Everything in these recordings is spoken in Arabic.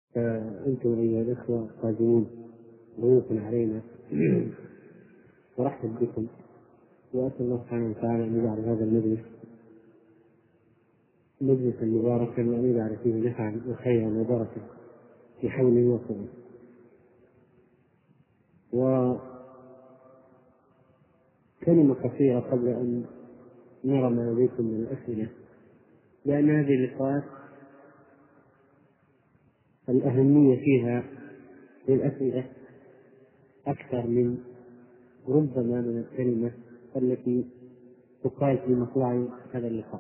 فأنتم أيها الأخوة القادمون ضيوف علينا ورحب بكم، وأسأل الله سبحانه وتعالى أن يجعل هذا المجلس مجلسا مباركا، وأن يجعل فيه نفعا وخيرا وبركة في حوله وقوته. وكلمة قصيرة قبل أن نرى ما لديكم من الأسئلة، لأن هذه اللقاءات الأهمية فيها للأسئلة أكثر من ربما من الكلمة التي تقال في مطلع هذا اللقاء.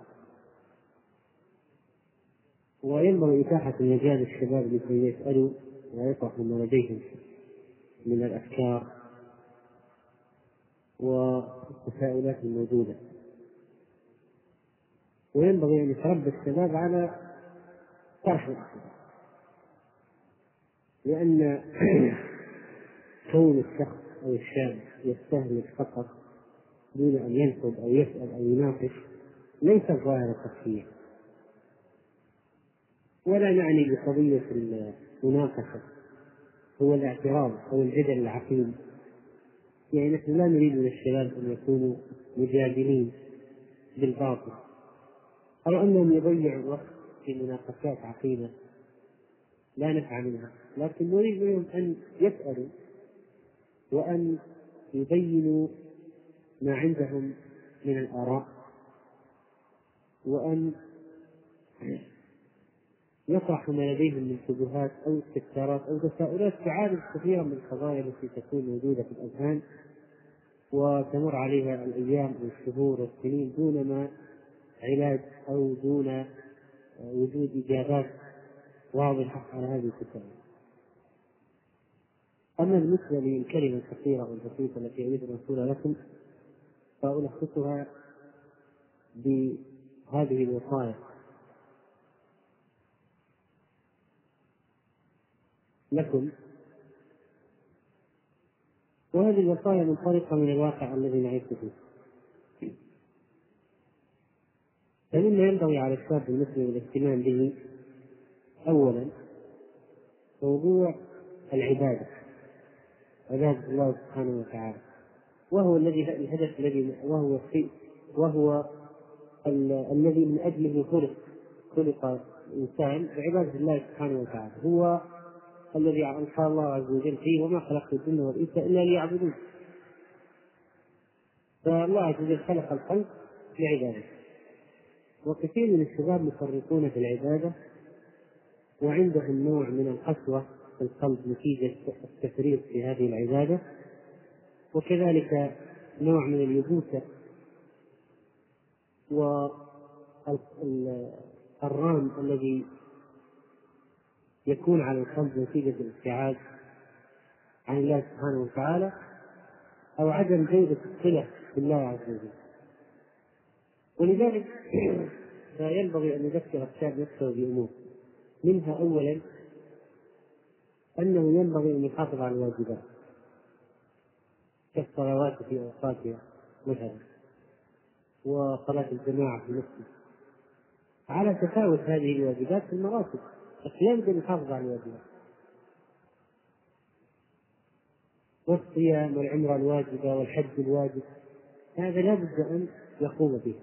وينبغي إتاحة المجال للشباب لكي يسألوا ويطرحوا ما لديهم من الأفكار والتساؤلات الموجودة، وينبغي أن يتربى الشباب على طرح الأسئلة، لأن كون الشخص أو الشاب يستهلك فقط دون أن ينقد أو يسأل أو يناقش ليس ظاهر التفكير، ولا نعني بقضية المناقشة هو الاعتراض أو الجدل العقيم. يعني نحن لا نريد من الشباب أن يكونوا مجادلين بالباطل أو أنهم يضيعوا الوقت في مناقشات عقيمة لا نفع منها، لكن نريد منهم أن يسألوا وأن يبينوا ما عندهم من الآراء، وأن يطرحوا ما لديهم من شبهات أو استفسارات أو تساؤلات تعالج كثيرا من القضايا التي تكون موجودة في الأذهان وتمر عليها الأيام والشهور والسنين دون ما علاج أو دون وجود إجابات واضحة على هذه التساؤلات. أما بالنسبة للكلمة القصيرة والبسيطة التي أريد أن أقولها لكم فألخصها بهذه الوصايا لكم، وهذه الوصايا منطلقة من الواقع الذي نعيش فيه. فمما ينبغي على الشاب المسلم الاهتمام به أولا موضوع العبادة، عبادة الله سبحانه وتعالى، وهو الهدف الذي وهو الذي من أجله خلق الإنسان بعبادة الله سبحانه وتعالى، هو الذي قال الله عز وجل فيه: وما خلقت الجن والإنس إلا ليعبدون. فالله عز وجل خلق الخلق لعبادته، وكثير من الشباب مفرطون في العبادة وعندهم نوع من القسوة في القلب نتيجة التفريط في هذه العبادة، وكذلك نوع من اليبوسة والران الذي يكون على القلب نتيجة الابتعاد عن الله سبحانه وتعالى أو عدم جودة الصلة بالله عز وجل. ولذلك فينبغي أن يذكر الشاب نفسه بأمور، منها أولا أنه ينبغي أن يحافظ على الواجبات كالصلوات في أوقاتها مثلا، وصلاة الجماعة في المسجد على تفاوت هذه الواجبات في المراتب، بس ينبغي أن يحافظ على الواجبات، والصيام والعمرة الواجبة والحج الواجب، هذا لا بد أن يقوم به.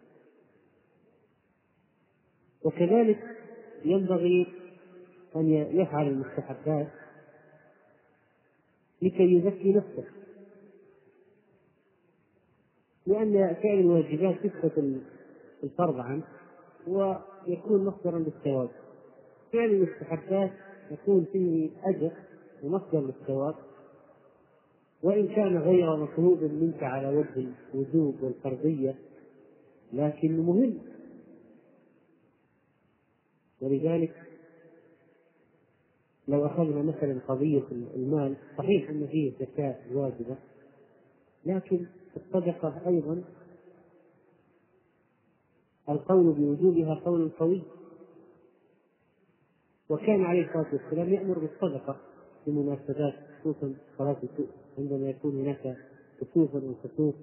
وكذلك ينبغي أن يفعل المستحبات لكي يزكي نفسه، لأن فعل الواجبات تثبت الفرض عنه ويكون مصدرا للثواب، فعل المستحبات يكون فيه أجر ومصدر للثواب، وإن كان غير مطلوب منك على وجه الوجوب والفرضية لكن مهم. ولذلك لو أخذنا مثلا قضية المال، صحيح أن فيه زكاة واجبة، لكن الصدقة أيضا القول بوجوبها قول قوي، وكان عليه الصلاة والسلام يأمر بالصدقة في مناسبات، خصوصا صلاة الكسوف عندما يكون هناك كسوف أو خسوف،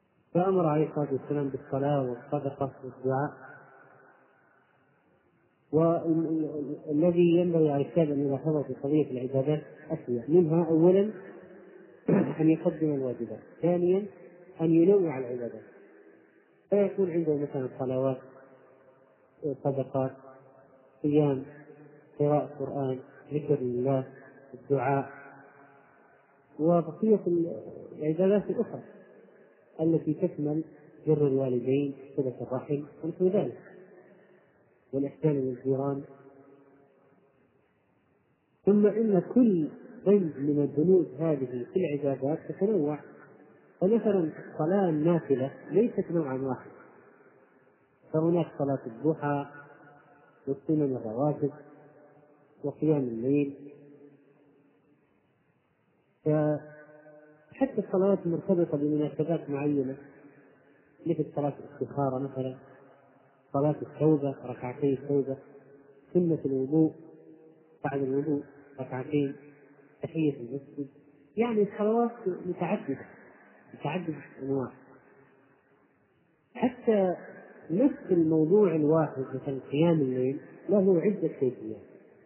فأمر عليه الصلاة والسلام بالصلاة والصدقة والدعاء. والذي ينبغي على الشاب أن يلاحظه في قضية العبادات أشياء، منها أولا أن يقدم الواجبات، ثانيا أن ينوع العبادات، فيكون عنده مثلا صلوات، صدقات، صيام، قراءة قرآن، ذكر لله، الدعاء، وبقية العبادات الأخرى التي تشمل بر الوالدين، صلة الرحم ونحو ذلك، والإحسان للجيران. ثم إن كل ذنب من الذنوب هذه في العبادات تتنوع، فمثلا الصلاة النافلة ليست نوعا واحد، فهناك صلاة الضحى والسنن الرواتب وقيام الليل، فحتى الصلوات المرتبطة بمناسبات معينة مثل صلاة الاستخارة مثلا، صلاة التوبة ركعتي التوبة، سنة الوضوء بعد الوضوء ركعتين، تحية المسجد، يعني الصلوات متعددة أنواع. حتى نفس الموضوع الواحد مثل قيام الليل له عدة كيفيات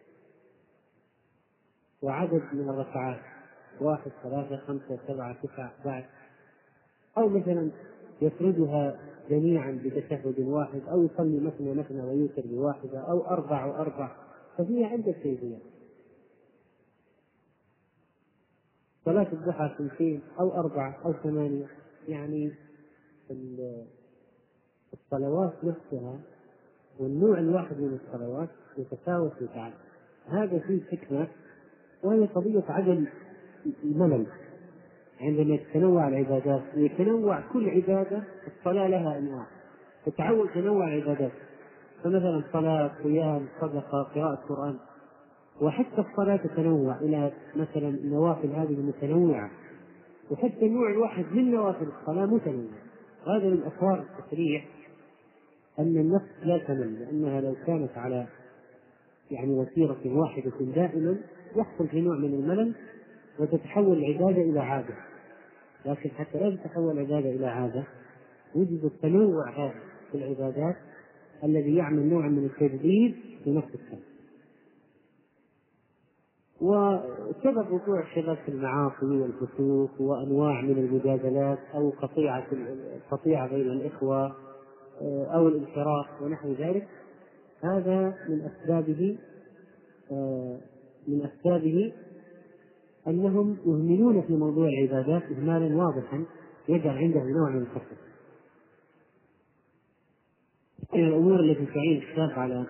وعدد من الركعات، 1 3 5 7 9 11، أو مثلا يفردها جميعا بتشهد واحد، أو يصلي مثنى ويوتر بواحدة، أو 4 و4، فهي عدة كيفيات. صلاة الضحى 2 أو 4 أو 8، يعني الصلوات نفسها والنوع الواحد من الصلوات يتفاوت ويتعدد. هذا فيه حكمة، وهي قضية عدم الملل. عندما تتنوع العبادات ويتنوع كل عبادة، الصلاة لها أنواع، تتعود تنوع العبادات، فمثلا صلاة، صيام، صدقة، قراءة قرآن، وحتى الصلاة تتنوع إلى مثلا النوافل هذه متنوعة، وحتى النوع الواحد من نوافل الصلاة متنوع. هذا من أسرار التشريع أن النفس لا تمل، لأنها لو كانت على وتيرة واحدة دائما يحصل في نوع من الملل وتتحول العبادة إلى عادة. لكن حتى لا تتحول العبادة إلى عادة، وجد التنوع هذا في العبادات الذي يعمل نوعا من التجديد في نفس السنة. وسبب وقوع الشباب في المعاصي والفسوق وأنواع من المجادلات أو القطيعة بين الإخوة أو الانحراف ونحو ذلك، هذا من أسبابه أنهم يهملون في موضوع العبادات إهمالا واضحا يجعل عندهم نوع من الخطر. الأمور التي تعين الشاب على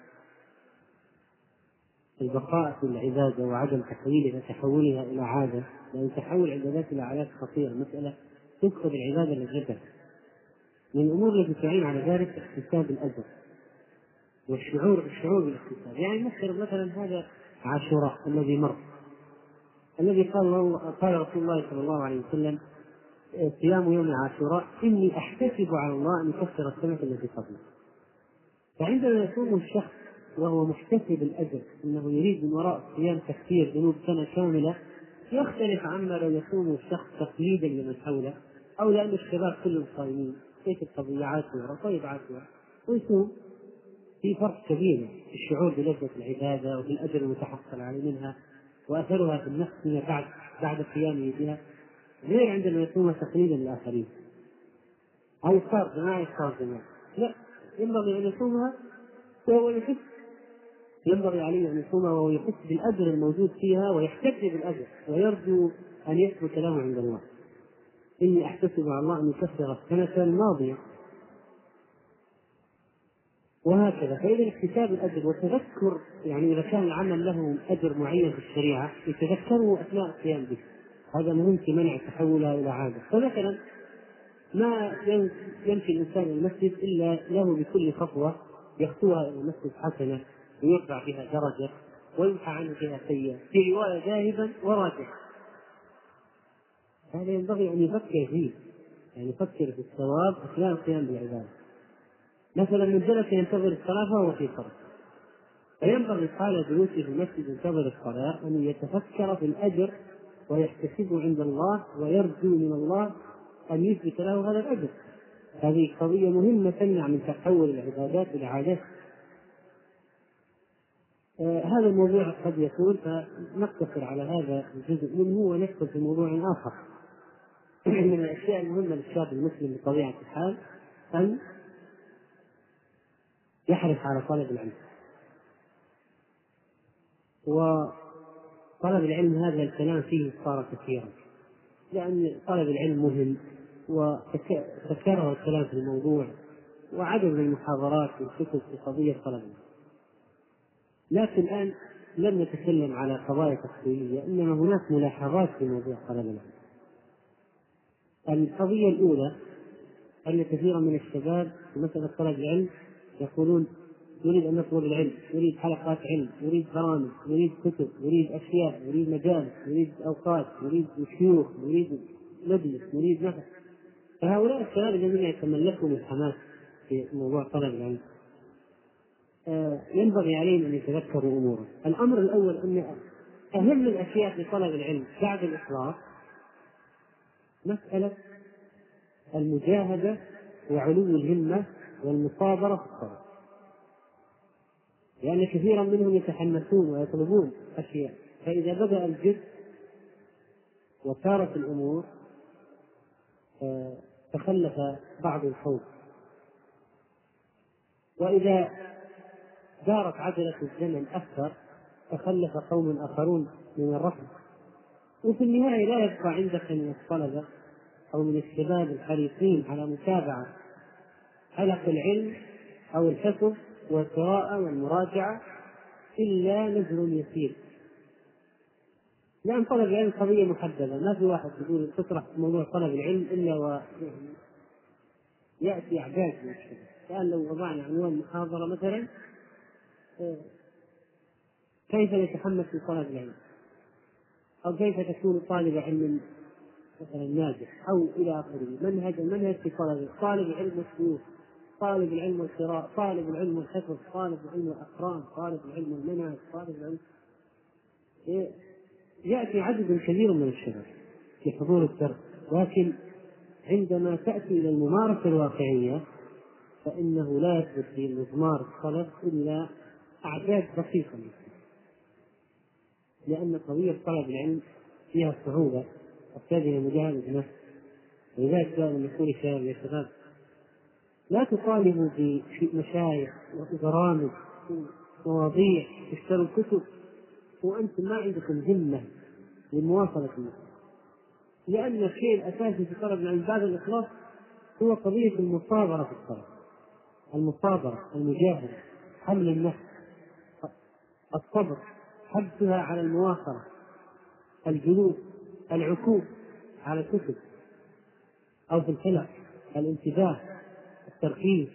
البقاء في العبادة وعدم تحولها إلى عادة، لأن تحول العبادات إلى عادات خطيرة، مسألة تفقد العبادة للجسد. من الأمور التي تعين على ذلك اكتساب الأجر والشعور بالاكتساب. يعني مثلا هذا عاشوراء الذي مر، الذي قال رسول الله صلى الله عليه وسلم: صيام يوم عاشوراء إني أحتسب على الله أن يكفر السنة التي قبله. فعندما يصوم الشخص وهو محتسب الأجر، أنه يريد من وراء الصيام تكفير ذنوب سنة كاملة، يختلف عما لو يصوم الشخص تقليدا لمن حوله، أو لأن الشباب كلهم صائمين، كيف القضية عاشوراء، طيب عاشوراء ويصوم. في فرق كبير في الشعور بلذة العبادة وفي الأجر المتحصل عليه منها وأثرها في النفس بعد قيامه بها، غير عندما يصوم تقليدا للآخرين أو صار جماعة. لا، ينبغي أن يصومها وهو يحس، ينبغي عليه أن يصومها وهو يحس بالأجر الموجود فيها ويحتج بالأجر ويرجو أن يثبت له عند الله: إني أحتسب على الله أن يكفر السنة الماضية. وهكذا. فإذا اكتساب الأجر وتذكر، إذا كان العمل له أجر معين في الشريعة يتذكره أثناء القيام به، هذا مهم في منع تحولها إلى عادة. فمثلا ما يمشي الإنسان إلى المسجد إلا له بكل خطوة يخطوها إلى المسجد حسنة ويرفع بها درجة ويمحى عنه بها سيئة، في رواية ذاهبا وراجعا. هذا ينبغي أن يفكر فيه، يفكر في الثواب أثناء القيام بالعبادة. مثلا من جلس ينتظر الصلاة فهو في صلاة، فينبغي حال جلوسه في المسجد ينتظر الصلاة أن يتفكر في الأجر ويحتسبه عند الله ويرجو من الله أن يثبت له هذا الأجر. هذه قضية مهمة تمنع من تحول العبادات إلى عادات. هذا الموضوع قد يكون، فنقتصر على هذا الجزء منه وندخل في موضوع آخر. من الأشياء المهمة للشاب المسلم بطبيعة الحال أن يحرص على طلب العلم. وطلب العلم هذا الكلام فيه صار كثيرا، لأن طلب العلم مهم، وتكرر الكلام في الموضوع، وعدد من المحاضرات والكتب في قضية طلب العلم. لكن الآن لم نتكلم على قضايا تفصيلية، إنما هناك ملاحظات في موضوع طلب العلم. القضية الأولى أن كثيرا من الشباب في مسألة طلب العلم يقولون: نريد أن نطلب العلم، نريد حلقات علم، نريد برامج، نريد كتب، نريد أشياء، نريد مجال، نريد أوقات، نريد شيوخ، نريد مجلس، نريد نفس. فهؤلاء الشباب الذين يتملكون الحماس في موضوع طلب العلم ينبغي عليهم أن يتذكروا أمورا. الأمر الأول أن أهم الأشياء في طلب العلم بعد الإخلاص مسألة المجاهدة وعلو الهمة والمصابرة في الطلب، لأن كثيرا منهم يتحمسون ويطلبون أشياء، فإذا بدأ الجد وسارت الأمور تخلف بعض الخوف، وإذا دارت عجلة الزمن أكثر تخلف قوم آخرون من الرفض. وفي النهاية لا يبقى عندك من الطلبة أو من الشباب الحريصين على متابعة حلق العلم أو الحفظ والقراءة والمراجعة إلا نزل يسير، لأن طلب العلم قضية محددة. ما في واحد يقول تطرح موضوع طلب العلم إلا ويأتي أعداد من الشباب. الآن لو وضعنا عنوان محاضرة مثلا كيف نتحمس في طلب العلم، أو كيف تكون طالب علم مثلا ناجح، أو إلى آخره، منهج في طالب العلم والشيوخ، طالب العلم والقراءة، طالب العلم والحفظ، طالب العلم والأقران، طالب العلم والمنهج، طالب العلم. يأتي عدد كبير من الشباب في حضور الدرس، لكن عندما تأتي إلى الممارسة الواقعية فإنه لا يثبت في مضمار الطلب إلا أعداد بسيطة، لأن قضية طلب العلم فيها صعوبة تحتاج إلى مجاهدة النفس. ولذلك دائما نقول يا شباب لا تطالبوا بمشايخ وبرامج ومواضيع تشتروا كتب وأنتم ما عندكم همة لمواصلة النفس، لأن الشيء الأساسي في طلب العلم بعد الإخلاص هو قضية المصابرة في الطلب، المصابرة، المجاهدة، حمل النفس، الصبر، حبسها على المواصلة، الجلوس، العكوف على الكتب أو في الحلق، الانتباه، التركيز.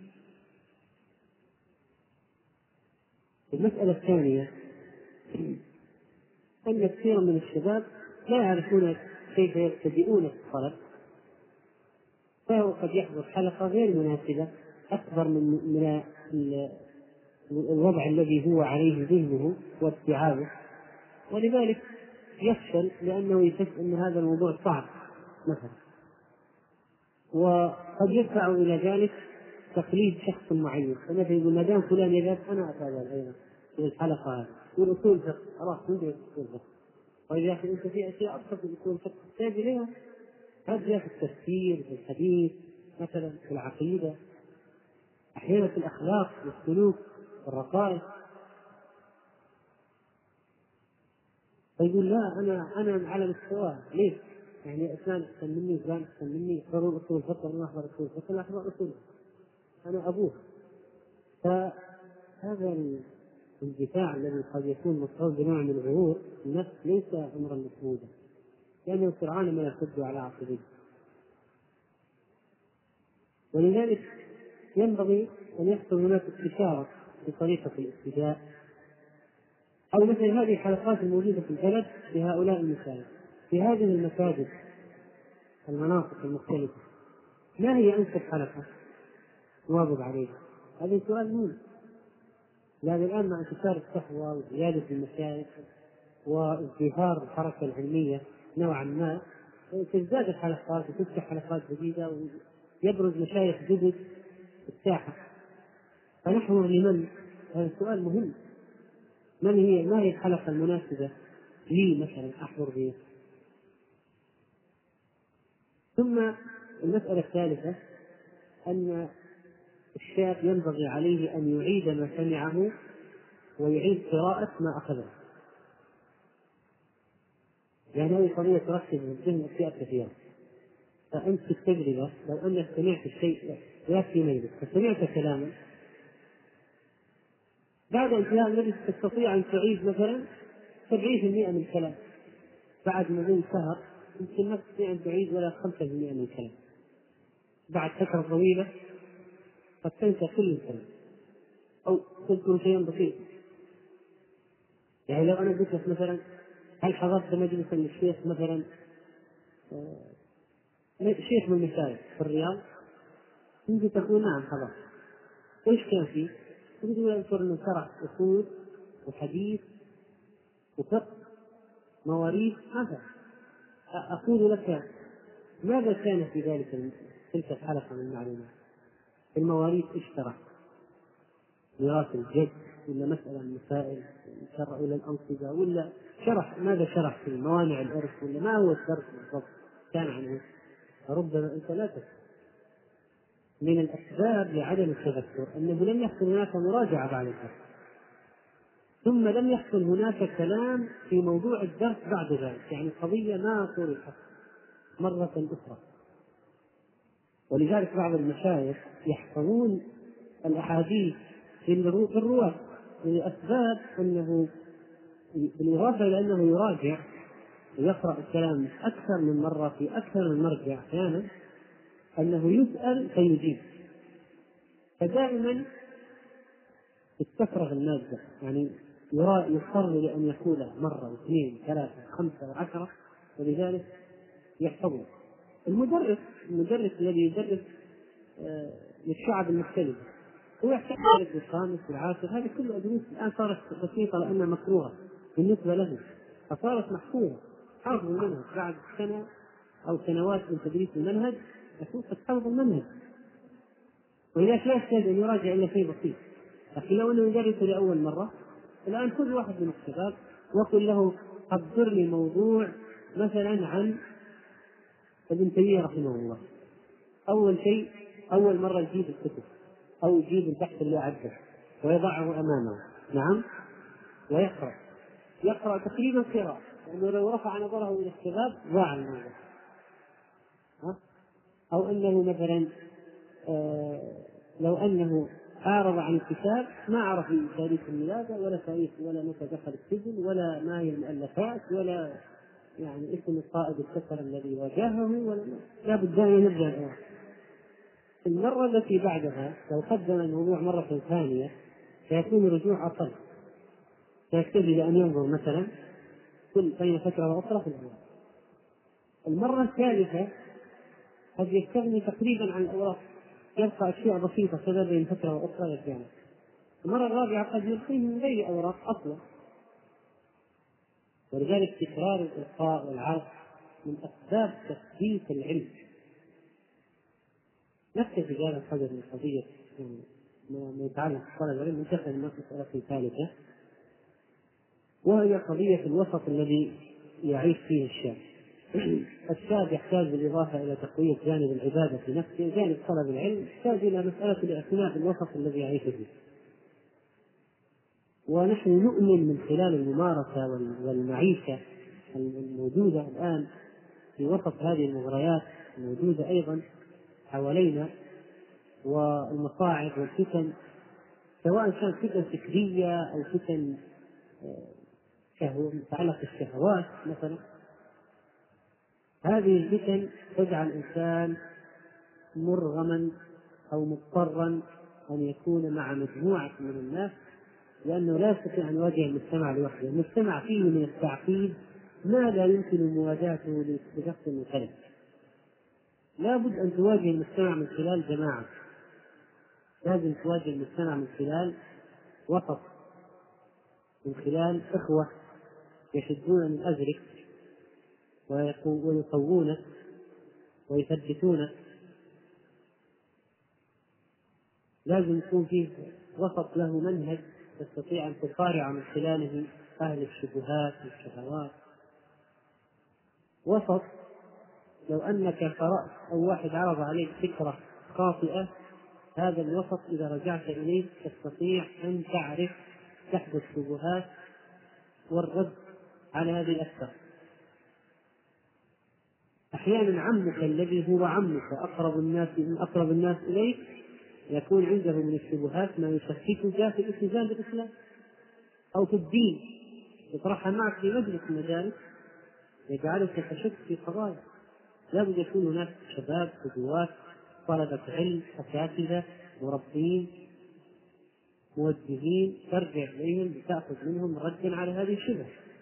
المسألة الثانية أن كثيرا من الشباب لا يعرفون كيف يبتدئون في الطلب، فهو قد يحضر حلقة غير مناسبة أكبر من الوضع الذي هو عليه ذهنه واستيعابه، ولذلك يفشل لأنه يحس أن هذا الموضوع صعب مثلا، وقد يدفع إلى ذلك تقليد شخص معين. فمثلا يقول ما دام فلان يذهب أنا أتابع أيضا في الحلقة هذه، يقول أصول فقه خلاص ندرس أصول فقه، وإذا أخي أنت في أشياء أبسط من أصول فقه تحتاج إليها، هذا في التفسير، في الحديث مثلا، في العقيدة، أحيانا في الأخلاق والسلوك والرقائق. فيقول لا أنا على مستواه، ليش؟ يعني فلان أحسن مني، فلان أحسن مني، ضروري أصول الفقه، أنا أحضر أصول الفقه، أنا أحضر أصول، أنا أبوه. فهذا الدفاع الذي قد يكون مصحوب بنوع من الغرور النفس ليس أمرا محمودا، لأنه سرعان ما يصد على عقبيه. ولذلك ينبغي أن يحصل هناك استشارة في طريقة الابتداء، أو مثل هذه الحلقات الموجودة في البلد لهؤلاء المساجد، في هذه المساجد المناطق المختلفة ما هي أنسب حلقة نواظب عليها؟ هذا سؤال مهم، لأن الآن مع انتشار الصحوة وزيادة المشايخ وازدهار الحركة العلمية نوعا ما تزداد الحلقات وتفتح حلقات جديدة ويبرز مشايخ جدد في الساحة، فنحن لمن؟ هذا السؤال مهم. ما هي الحلقة المناسبة لي مثلا أحضر فيها. ثم المسألة الثالثة أن الشاب ينبغي عليه أن يعيد ما سمعه ويعيد قراءة ما أخذه. يعني هذه قضية تركز الذهن أشياء كثيرة. فأنت في التجربة لو أنك سمعت الشيء يأتي ميلك فسمعت كلاما، بعد انتهاء المجلس تستطيع أن تعيد مثلا 70% من الكلام، بعد مرور شهر يمكن ما تستطيع أن تعيد ولا 5% من الكلام، بعد فترة طويلة قد تنسى كل الكلام أو تذكر شيئا بسيطا. يعني لو أنا قلت لك مثلا هل حضرت مجلسا للشيخ مثلا شيخ من المشايخ في الرياض؟ يمكن تقول نعم حضرت. ايش كان فيه؟ تقول اذكر انه شرح اصول وحديث وفقه مواريث هذا. اقول لك ماذا كان في تلك الحلقه من المعلومات؟ في المواريث ايش شرح؟ ميراث الجد ولا مسألة من مسائل شرع ولا الأنصبة ولا شرح ماذا شرح في موانع الإرث ولا ما هو الدرس بالضبط كان عنه؟ فربما أنت لا تفهم. من الأسباب لعدم التذكر أنه لم يحصل هناك مراجعة بعد الدرس، ثم لم يحصل هناك كلام في موضوع الدرس بعد ذلك، يعني قضية ما طرحت مرة أخرى. ولذلك بعض المشايخ يحفظون الأحاديث في الرواة لأسباب أنه بالإضافة إلى أنه يراجع ويقرأ الكلام أكثر من مرة في أكثر من مرجع، أحيانا أنه يسأل فيجيب، فدائما استفرغ المادة، يعني يضطر لأن يقولها مرة واثنين ثلاثة خمسة وعشرة، ولذلك يحفظه. المدرس الذي يدرس للشعب المختلفة هو يحتاج يدرس الخامس والعاشر، هذه كلها دروس الآن صارت بسيطة لأنها مكروهة بالنسبة له، فصارت محفوظة. حافظ المنهج بعد سنة أو سنوات من تدريس المنهج يكون قد حفظ المنهج، ولذلك لا يحتاج أن يراجع إلا شيء بسيط. لكن لو أنه يدرسه لأول مرة، الآن كل واحد من الشباب وقل له قدر لي موضوع مثلا عن ابن تيمية رحمه الله، أول شيء أول مرة يجيب الكتب أو يجيب البحث اللي أعده ويضعه أمامه، نعم، يقرأ تقريبا قراءة، لأنه لو رفع نظره إلى الشباب ضاع الموضوع. أو أنه مثلا لو أنه أعرض عن الكتاب ما عرف تاريخ الولادة ولا تاريخ ولا متى دخل السجن ولا ما هي المؤلفات ولا يعني اسم القائد الكفر الذي واجهه، ولا لا بد أن نرجع الآن. المرة التي بعدها لو قدم الموضوع مرة ثانية سيكون الرجوع أقل، سيكتفي بأن ينظر مثلا كل بين فترة وأخرى في الأول. المرة الثالثة قد يستغني تقريبا عن الأوراق، يبقى أشياء بسيطة كذا بين فترة وأخرى يرجع. المرة الرابعة قد يلقيه من غير أوراق أصلا. ولذلك تكرار الإلقاء والعرض من أسباب تثبيت العلم. نكتفي بهذا القدر من قضية ما يتعلق بطلب العلم. ننتقل إلى مسألة ثالثة وهي قضية الوسط الذي يعيش فيه الشاب. الشاب يحتاج بالإضافة إلى تقوية جانب العبادة في نفسه، جانب طلب العلم، يحتاج إلى مسألة الاعتناء بالوسط الذي يعيش فيه. ونحن نؤمن من خلال الممارسة والمعيشة الموجودة الآن في وسط هذه المغريات الموجودة أيضا حوالينا والمصاعب والفتن، سواء كانت فتن فكرية أو فتن تتعلق بالشهوات مثلا، هذه الفتن تجعل الإنسان مرغما أو مضطرا أن يكون مع مجموعة من الناس، لأنه لا يستطيع أن يواجه المجتمع لوحده. المجتمع فيه من التعقيد ما لا يمكن مواجهته بشخص مختلف. لا بد أن تواجه المجتمع من خلال جماعة، لازم تواجه المجتمع من خلال وسط، من خلال إخوة يشدون من أجرك ويقوونك ويثبتونك. لازم يكون فيه وسط له منهج تستطيع أن تصارع من خلاله أهل الشبهات والشهوات. وسط، لو أنك قرأت أو واحد عرض عليك فكرة خاطئة، هذا الوسط إذا رجعت إليه تستطيع أن تعرف سحب الشبهات والرد على هذه الأفكار. أحيانا عمك الذي هو عمك أقرب الناس إليك يكون عنده من الشبهات ما يشككك في الالتزام بالإسلام أو في الدين، يطرحها معك في مجلس المجالس يجعلك تشك في قضايا. لابد يكون هناك شباب قدوات طلبة علم أساتذة مربين موجهين ترجع إليهم لتأخذ منهم ردا على هذه الشبهة.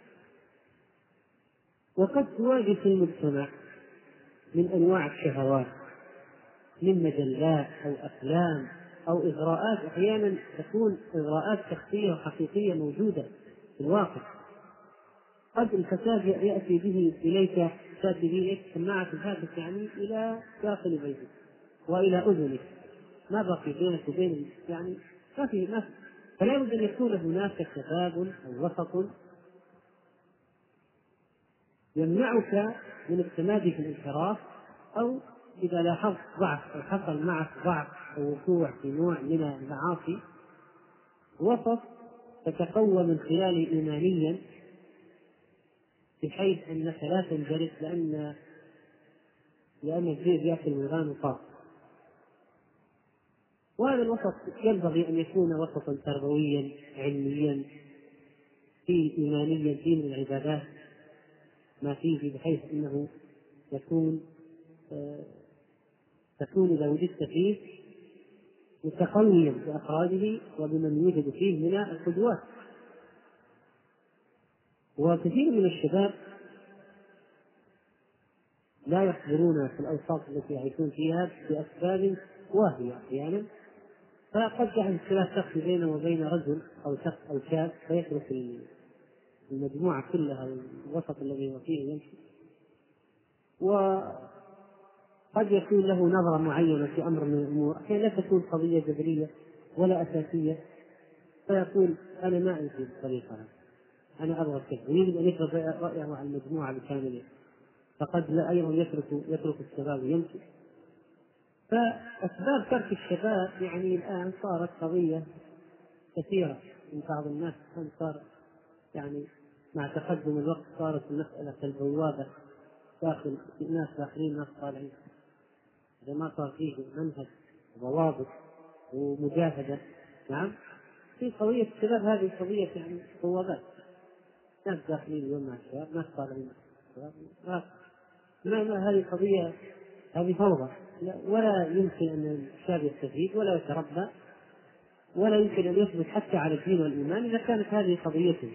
وقد تواجه في المجتمع من أنواع الشهوات من مجلات أو أفلام أو إغراءات، أحيانا تكون إغراءات شخصية وحقيقية موجودة في الواقع. قد الفساد يأتي به إليك سماعة الهاتف يعني إلى داخل بيتك وإلى أذنك، ما بقي بينك وبين يعني ما في. فلا بد أن يكون هناك شباب أو وسط يمنعك من التمادي في الانحراف، أو إذا لاحظت ضعف أو حصل معك ضعف أو وقوع في نوع من المعاصي، وسط تتقوى من خلاله إيمانيا بحيث أنك لا تنجرف، لأن الذئب يأكل الغنم طاق. وهذا الوسط ينبغي أن يكون وسطا تربويا علميا فيه إيمانيا فيه من العبادات ما فيه، بحيث أنه تكون إذا وجدت فيه متقويا بأفراده وبمن يوجد فيه من القدوات. وكثير من الشباب لا يصبرون في الأوساط التي يعيشون فيها بأسباب واهية أحيانا، فقد يحدث خلاف شخصي بينه وبين رجل أو شخص أو شاب فيترك المجموعة كلها والوسط الذي هو فيه يمشي. وقد يكون له نظرة معينة في أمر من الأمور، أحيانا لا تكون قضية جذرية ولا أساسية، فيقول أنا ما أمشي بالطريقة هذه، أنا أبغى كذا، ويريد أن يفرض رأيه على المجموعة بكاملها، فقد لا أيضا يترك الشباب ويمشي. فأسباب ترك الشباب يعني الآن صارت قضية كثيرة من بعض الناس، صار يعني مع تقدم الوقت صارت المسألة كالبوابة داخل الناس داخلين ناس طالعين، إذا ما صار فيه منهج وضوابط ومجاهدة. نعم، في قضية الشباب هذه قضية يعني بوابات، ناس داخلين اليوم مع الشباب ناس طالعين مع الشباب، ما هذه قضية، هذه فوضى، ولا يمكن أن الشاب يستفيد ولا يتربى ولا يمكن أن يثبت حتى على الدين والإيمان إذا كانت هذه قضيته.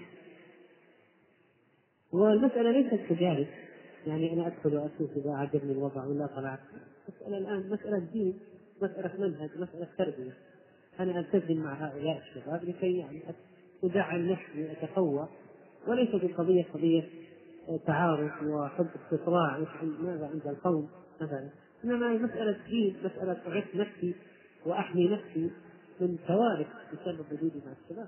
والمسألة ليست كذلك، يعني أنا أدخل وأشوف إذا عجبني الوضع ولا طلعت. مسألة الآن مسألة دين، مسألة منهج، مسألة تربية. أنا ألتزم مع هؤلاء الشباب لكي يعني أدعم نفسي وأتقوى، وليست القضية قضية تعارف وحب استطلاع ماذا عند القوم مثلا، إنما هي مسألة دين، مسألة أعف نفسي وأحمي نفسي من كوارث بسبب وجودي مع الشباب.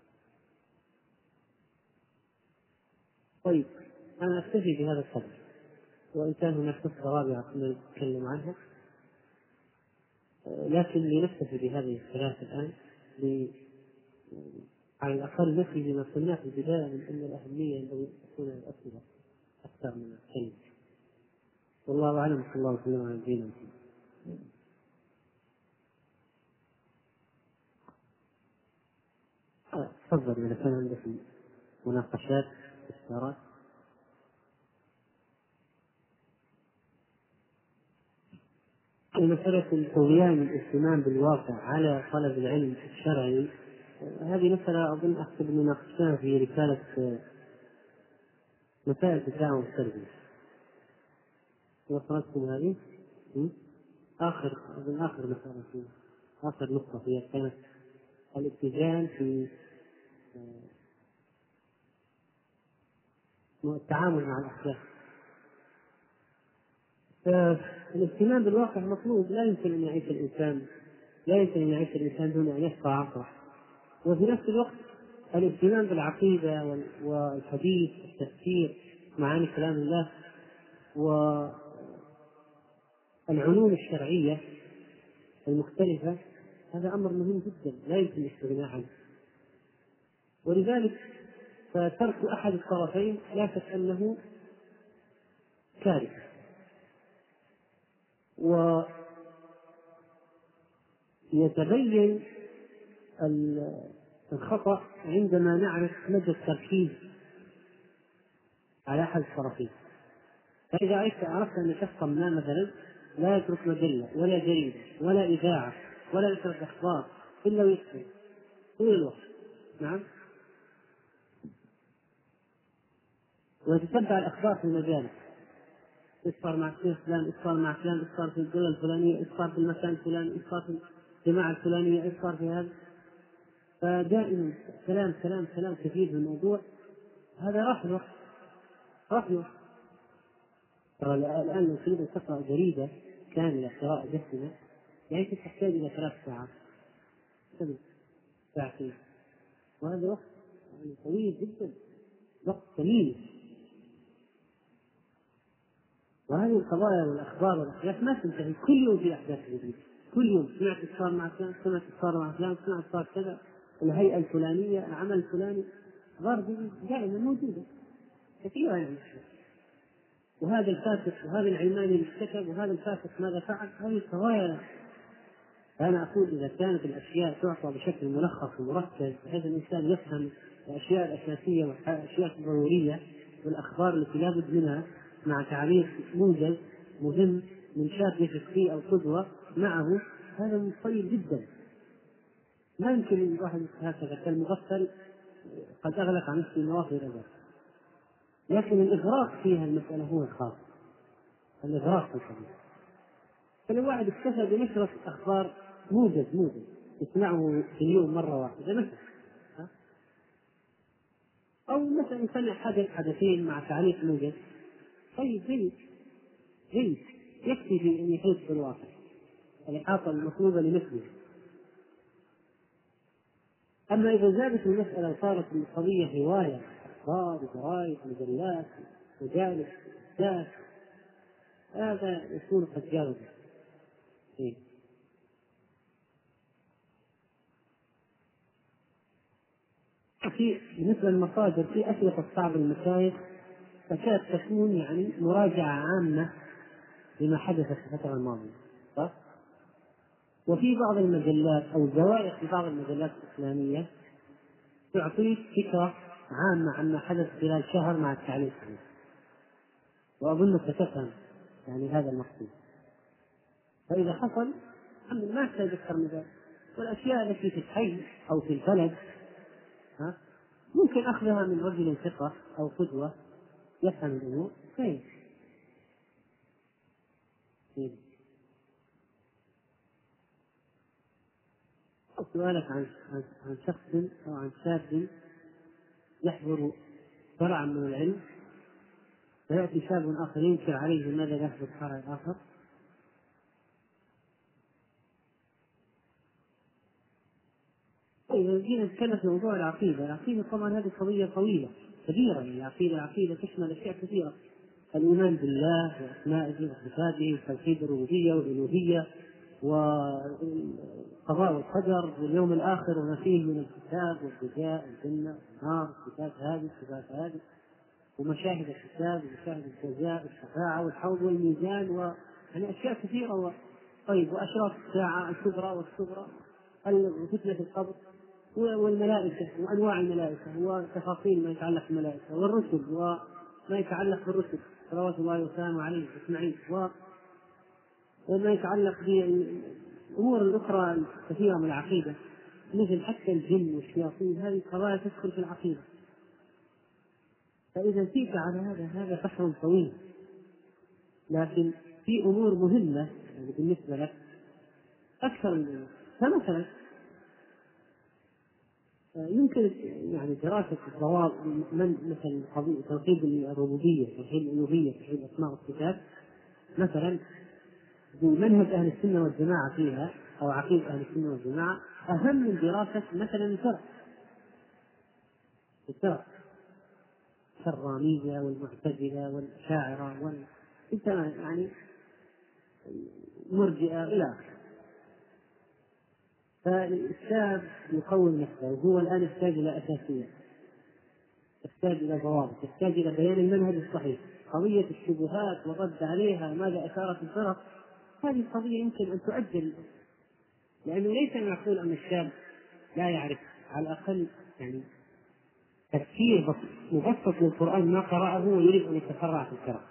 طيب، أنا أكتفي بهذا القدر، وإن كان هناك نقطة رابعة كنا نتكلم عنها، لكن لنكتفي بهذه الثلاث الآن على الأقل نفي بما قلناه في البداية من أن الأهمية أن تكون الأسئلة أكثر من الكلمة. والله أعلم، صلى الله وسلم على نبينا محمد. تفضل إذا كان عندك مناقشات استفسارات. مسألة طغيان الاهتمام بالواقع على طلب العلم الشرعي، هذه مسألة أظن أحسب أن ناقشناها في رسالة مسائل الدعوة والتربية. وصلتكم هذه؟ آخر مسألة فيها، آخر نقطة فيها كانت الاتزان في التعامل مع الأحداث. فالاهتمام بالواقع مطلوب، لا يمكن أن يعيش الإنسان دون أن يبقى عصره، وفي نفس الوقت الاهتمام بالعقيدة والحديث والتفسير معاني كلام الله والعلوم الشرعية المختلفة، هذا أمر مهم جدا لا يمكن الاستغناء عنه. ولذلك فترك أحد الطرفين لا شك أنه كارثة. ويتبين الخطأ عندما نعرف مدى التركيز على أحد الطرفين. فإذا عرفت أن شخصا ما مثلا لا يترك مجلة ولا جريدة ولا إذاعة ولا يترك أخبار إلا ويسمع طول الوقت، نعم، ويتتبع الأخبار في المجال، إصفار مع فلان، إصفار مع فلان، إصفار في الدولة الفلانية، إصفار في المكان الفلاني، إصفار في الجماعة الفلانية، إصفار في هذا. فدائما كلام كلام كلام كثير في الموضوع، هذا راح الوقت. ترى الآن لو تريد تقرأ جريدة كاملة قراءة دسمة يعني تحتاج إلى 3 ساعات، 7 ساعتين، وهذا وقت يعني طويل جدا، وقت ثمين. وهذه القضايا والأخبار والأحداث ما تنتهي، كل يوم في أحداث جديدة، كل يوم سمعت إصرار مع فلان، سمعت إصرار مع فلان، سمعت إصرار كذا، الهيئة الفلانية، العمل الفلاني، أخبار دائما موجودة كثيرة يعني. وهذا الفاسق وهذا العلماني اللي ارتكب وهذا الفاسق ماذا فعل، هذه قضايا. أنا أقول إذا كانت الأشياء تعطى بشكل ملخص ومركز بحيث الإنسان يفهم الأشياء الأساسية والأشياء الضرورية والأخبار التي لا بد منها مع تعليق موجز مهم من شاب يثق فيه أو قدوة معه، هذا طيب جدا. ما يمكن الواحد هكذا كالمغفل قد أغلق عن نفسه النوافذ الأبواب. لكن الإغراق فيها المسألة هو الخاص، الإغراق في الحديث. فلو واحد اكتفى بنشرة أخبار موجز يسمعه في اليوم مرة واحدة مثلا، أو مثلا سمع حدثين مع تعليق موجز، طيب جيد يكفي في أن يحيط بالواقع الإحاطة المطلوبة لمثله. أما إذا زادت المسألة وصارت القضية هواية، أخبار جرائد مجلات مجالس أحداث، هذا يكون قد جاوز. بالنسبة للمصادر في أشرطة بعض المشايخ تكاد تكون يعني مراجعة عامة لما حدث في الفترة الماضية، صح؟ وفي بعض المجلات أو زوائد في بعض المجلات الإسلامية تعطيك فكرة عامة عما حدث خلال شهر مع التعليق عليه، وأظنك تفهم يعني هذا المقصود. فإذا حصل ما يحتاج أكثر من ذلك. والأشياء التي في الحي أو في البلد ممكن أخذها من رجل ثقة أو قدوة يفهم الأمور. سؤالك عن شخص أو عن شاب يحضر فرعا من العلم فيأتي شاب آخر ينكر عليه ماذا يحضر فرع الآخر. إذا جينا نتكلم في موضوع العقيدة طبعا هذه قضية طويلة كبيرة. العقيدة تشمل أشياء كثيرة: الإيمان بالله وأسمائه وصفاته وتوحيد الربوبية والألوهية والقضاء والقدر واليوم الآخر وما فيه من الحساب والجزاء والجنة والنار والصفات هذه ومشاهد الحساب ومشاهد الجزاء والشفاعة والحوض والميزان يعني أشياء كثيرة. طيب، وأشراط الساعة الكبرى والصغرى، فتنة القبر والملائكة وأنواع الملائكة وتفاصيل ما يتعلق بالملائكة والرسل وما يتعلق بالرسل صلوات الله وسلامه عليه أجمعين وما يتعلق بالأمور الأخرى كثيرة من العقيدة مثل حتى الجن والشياطين، هذه قضايا تدخل في العقيدة. فإذا جئت على هذا بحر طويل. لكن في أمور مهمة يعني بالنسبة لك أكثر من فمثلا يمكن يعني دراسة الضوابط مثل توحيد الربوبية، توحيد الألوهية، توحيد الأسماء والصفات مثلا بمنهج أهل السنة والجماعة فيها أو عقيدة أهل السنة والجماعة أهم من دراسة مثلا الفرق الرامية والمعتزلة والأشاعرة يعني مرجئة إلى آخره. فالشاب يقوم نفسه، وهو الآن يحتاج إلى أساسيات، يحتاج إلى ضوابط، يحتاج إلى بيان المنهج الصحيح. قضية الشبهات والرد عليها، ماذا أثارت الفرق، هذه قضية يمكن أن تؤجل، لأنه ليس معقول أن الشاب لا يعرف على الأقل يعني تفسير مبسط للقرآن ما قرأه ويريد أن يتفرع في الفرق،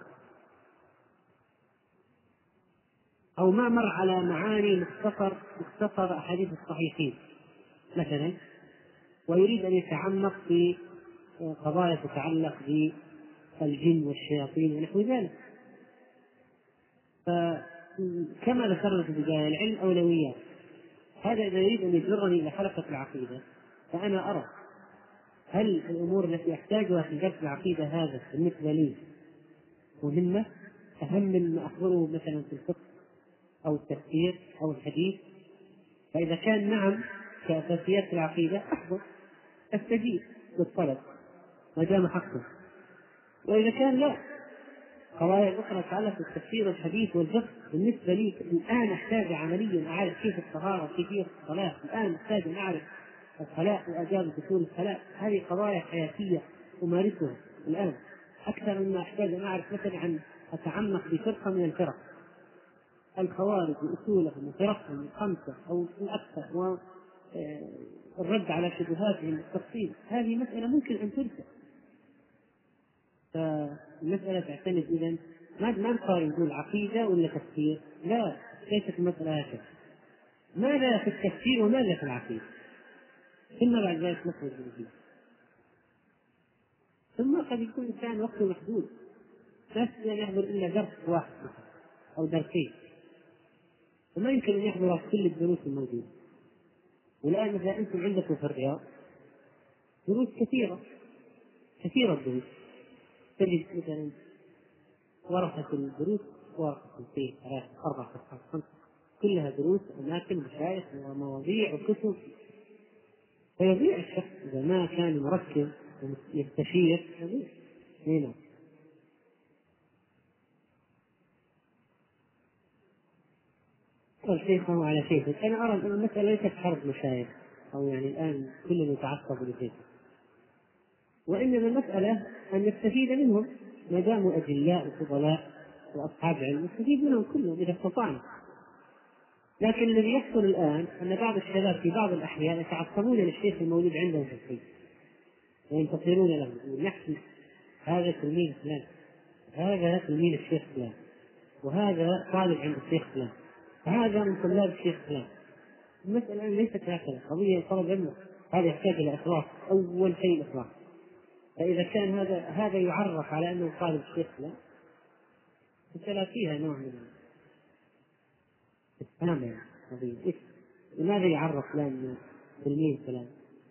أو ما مر على معاني مختصر أحاديث الصحيحين مثلا، ويريد أن يتعمق في قضايا تتعلق بالجن والشياطين ونحو ذلك. فكما ذكرنا في البداية العلم أولويات. هذا إذا يريد أن يجرني إلى حلقة العقيدة، فأنا أرى هل الأمور التي أحتاجها في درس العقيدة هذا بالنسبة لي مهمة أهم من ما أحضره مثلا في الفقه أو التفسير أو الحديث. فإذا كان نعم كأساسيات العقيدة أحضر، أستجيب للطلب ما دام حقه. وإذا كان لا، قضايا أخرى تتعلق بالتفسير والحديث والفقه بالنسبة لي الآن أحتاج عمليا أعرف كيف الطهارة وكيفية الصلاة، الآن أحتاج أن أعرف الصلاة وآداب دخول الصلاة. هذه قضايا حياتية أمارسها الآن أكثر مما أحتاج أن أعرف مثلا عن أتعمق بفرقة من الفرق، الخوارج وأصولهم وفرقهم الخمسة أو الأكثر، والرد على شبهاتهم بالتفصيل. هذه مسألة ممكن أن ترسل. فالمسألة تعتمد إذن ما نقارن نقول عقيدة ولا تفسير، لا، ليست المسألة هكذا. ماذا في التفسير وماذا في العقيدة، ثم بعد ذلك نخرج بالجديد. ثم قد يكون الإنسان وقته محدود، لا يستطيع أن يحضر إلا درس واحد أو درسين، وما يمكن أن يحضر كل الدروس الموجودة. والآن مثلا أنتم عندكم في الرياض دروس كثيرة الدروس، تجد مثلا ورقة الدروس ورقة فيه 3 4 5 كلها دروس أماكن مشايخ ومواضيع وكتب. فيضيع الشخص إذا ما كان مركز يستشير. هنا شيخه على شيخه. أنا أرى أن المسألة ليست حرب مشايخ أو يعني الآن كل يتعصب لشيخه، وإنما المسألة أن نستفيد منهم ما داموا أجلاء وفضلاء وأصحاب علم، نستفيد منهم كلهم إذا استطعنا. لكن الذي يحصل الآن أن بعض الشباب في بعض الأحيان يتعصبون للشيخ الموجود عندهم في الحي وينتصرون له، ونحن هذا تلميذ فلان، هذا تلميذ الشيخ فلان، وهذا طالب عند الشيخ فلان، هذا من طلاب الشيخ فلان. المسألة ليست هكذا، قضية طلب علم هذا يحتاج إلى إخلاص، أول شيء الإخلاص. فإذا كان هذا يعرف على أنه طالب الشيخ فلان، المسألة فيها نوع من الإسلام. يعني لماذا يعرف فلان تلميذ فلان؟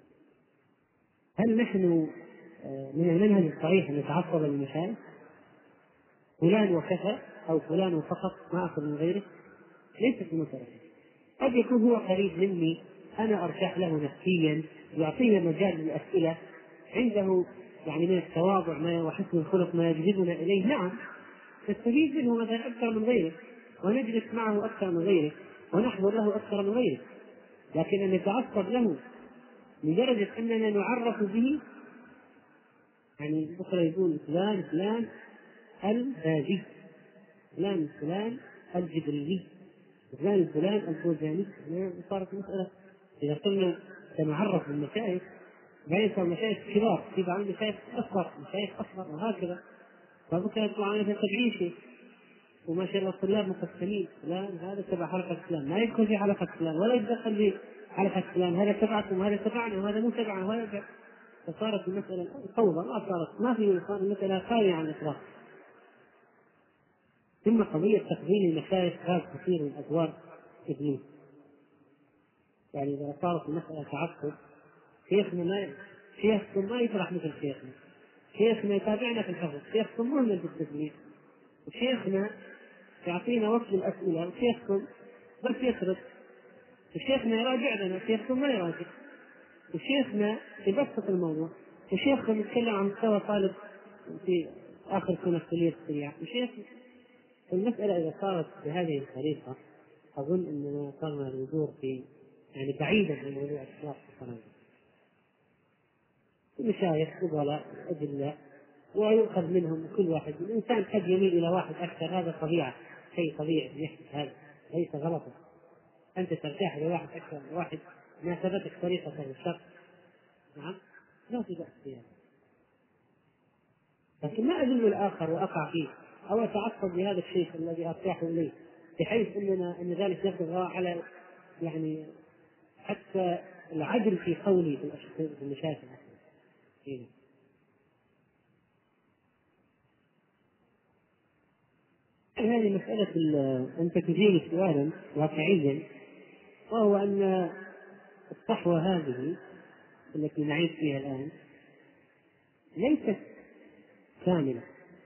هل نحن من المنهج الصحيح أن نتعصب للمشايخ فلان وكفى أو فلان وفقط ما أخذ من غيره؟ ليست المسألة. قد يكون هو قريب مني، أنا أرتاح له نفسيا، يعطينا مجال للأسئلة، عنده يعني من التواضع وحسن الخلق ما يجذبنا إليه، نعم نستفيد منه مثلا أكثر من غيره، ونجلس معه أكثر من غيره، ونحضر له أكثر من غيره. لكن أن نتعصب له لدرجة أننا نعرف به، يعني بكرة يقول فلان الباجي، فلان الجبريلي، فلان الفوزاني. صارت مسألة إذا قلنا سنعرف بالمشايخ، بعدين صار مشايخ كبار، في بعض المشايخ أصغر وهكذا. فبكرة يطلع علينا 70 شيخ، وما شاء الله الطلاب مقسمين، فلان هذا تبع حلقة فلان، ما يدخل في حلقة فلان ولا يتدخل في حلقة فلان، هذا تبعكم وهذا تبعنا وهذا مو تبعنا وهذا. فصارت المسألة فوضى، ما في المسألة خالية عن الإخلاص. ثم قضية تقديم المشايخ هذا كثير من أدوار إبليس. يعني إذا صارت المسألة تعصب، شيخكم ما يشرح مثل شيخنا يتابعنا في الحفظ، شيخكم مهمل في التسبيح، وشيخنا يعطينا وقت الأسئلة، وشيخكم بس يخرج وشيخنا يراجع لنا، شيخكم ما يراجع، وشيخنا يبسط الموضوع، وشيخكم يتكلم عن مستوى طالب في آخر سنة في كلية الشريعة، وشيخ. المسألة إذا صارت بهذه الطريقة أظن أننا صرنا الوزور في يعني بعيدا عن موضوع الإخلاص في الصلاة. المشايخ فضلاء أدلاء ويؤخذ منهم كل واحد. الإنسان قد يميل إلى واحد أكثر، هذا طبيعة، شيء طبيعي يحدث، هذا ليس غلطا. أنت ترتاح لواحد أكثر من واحد، ناسبتك طريقة الشخص، نعم، لا في بأس فيها، لكن ما أذل الآخر وأقع فيه أو أتعصب لهذا الشيء الذي أرتاح إليه، بحيث أن ذلك يطغى على يعني حتى العدل في قولي في المشاكل. هذه مسألة أنت تثير سؤالا واقعيا، وهو أن الصحوة هذه التي نعيش فيها الآن ليست كاملة،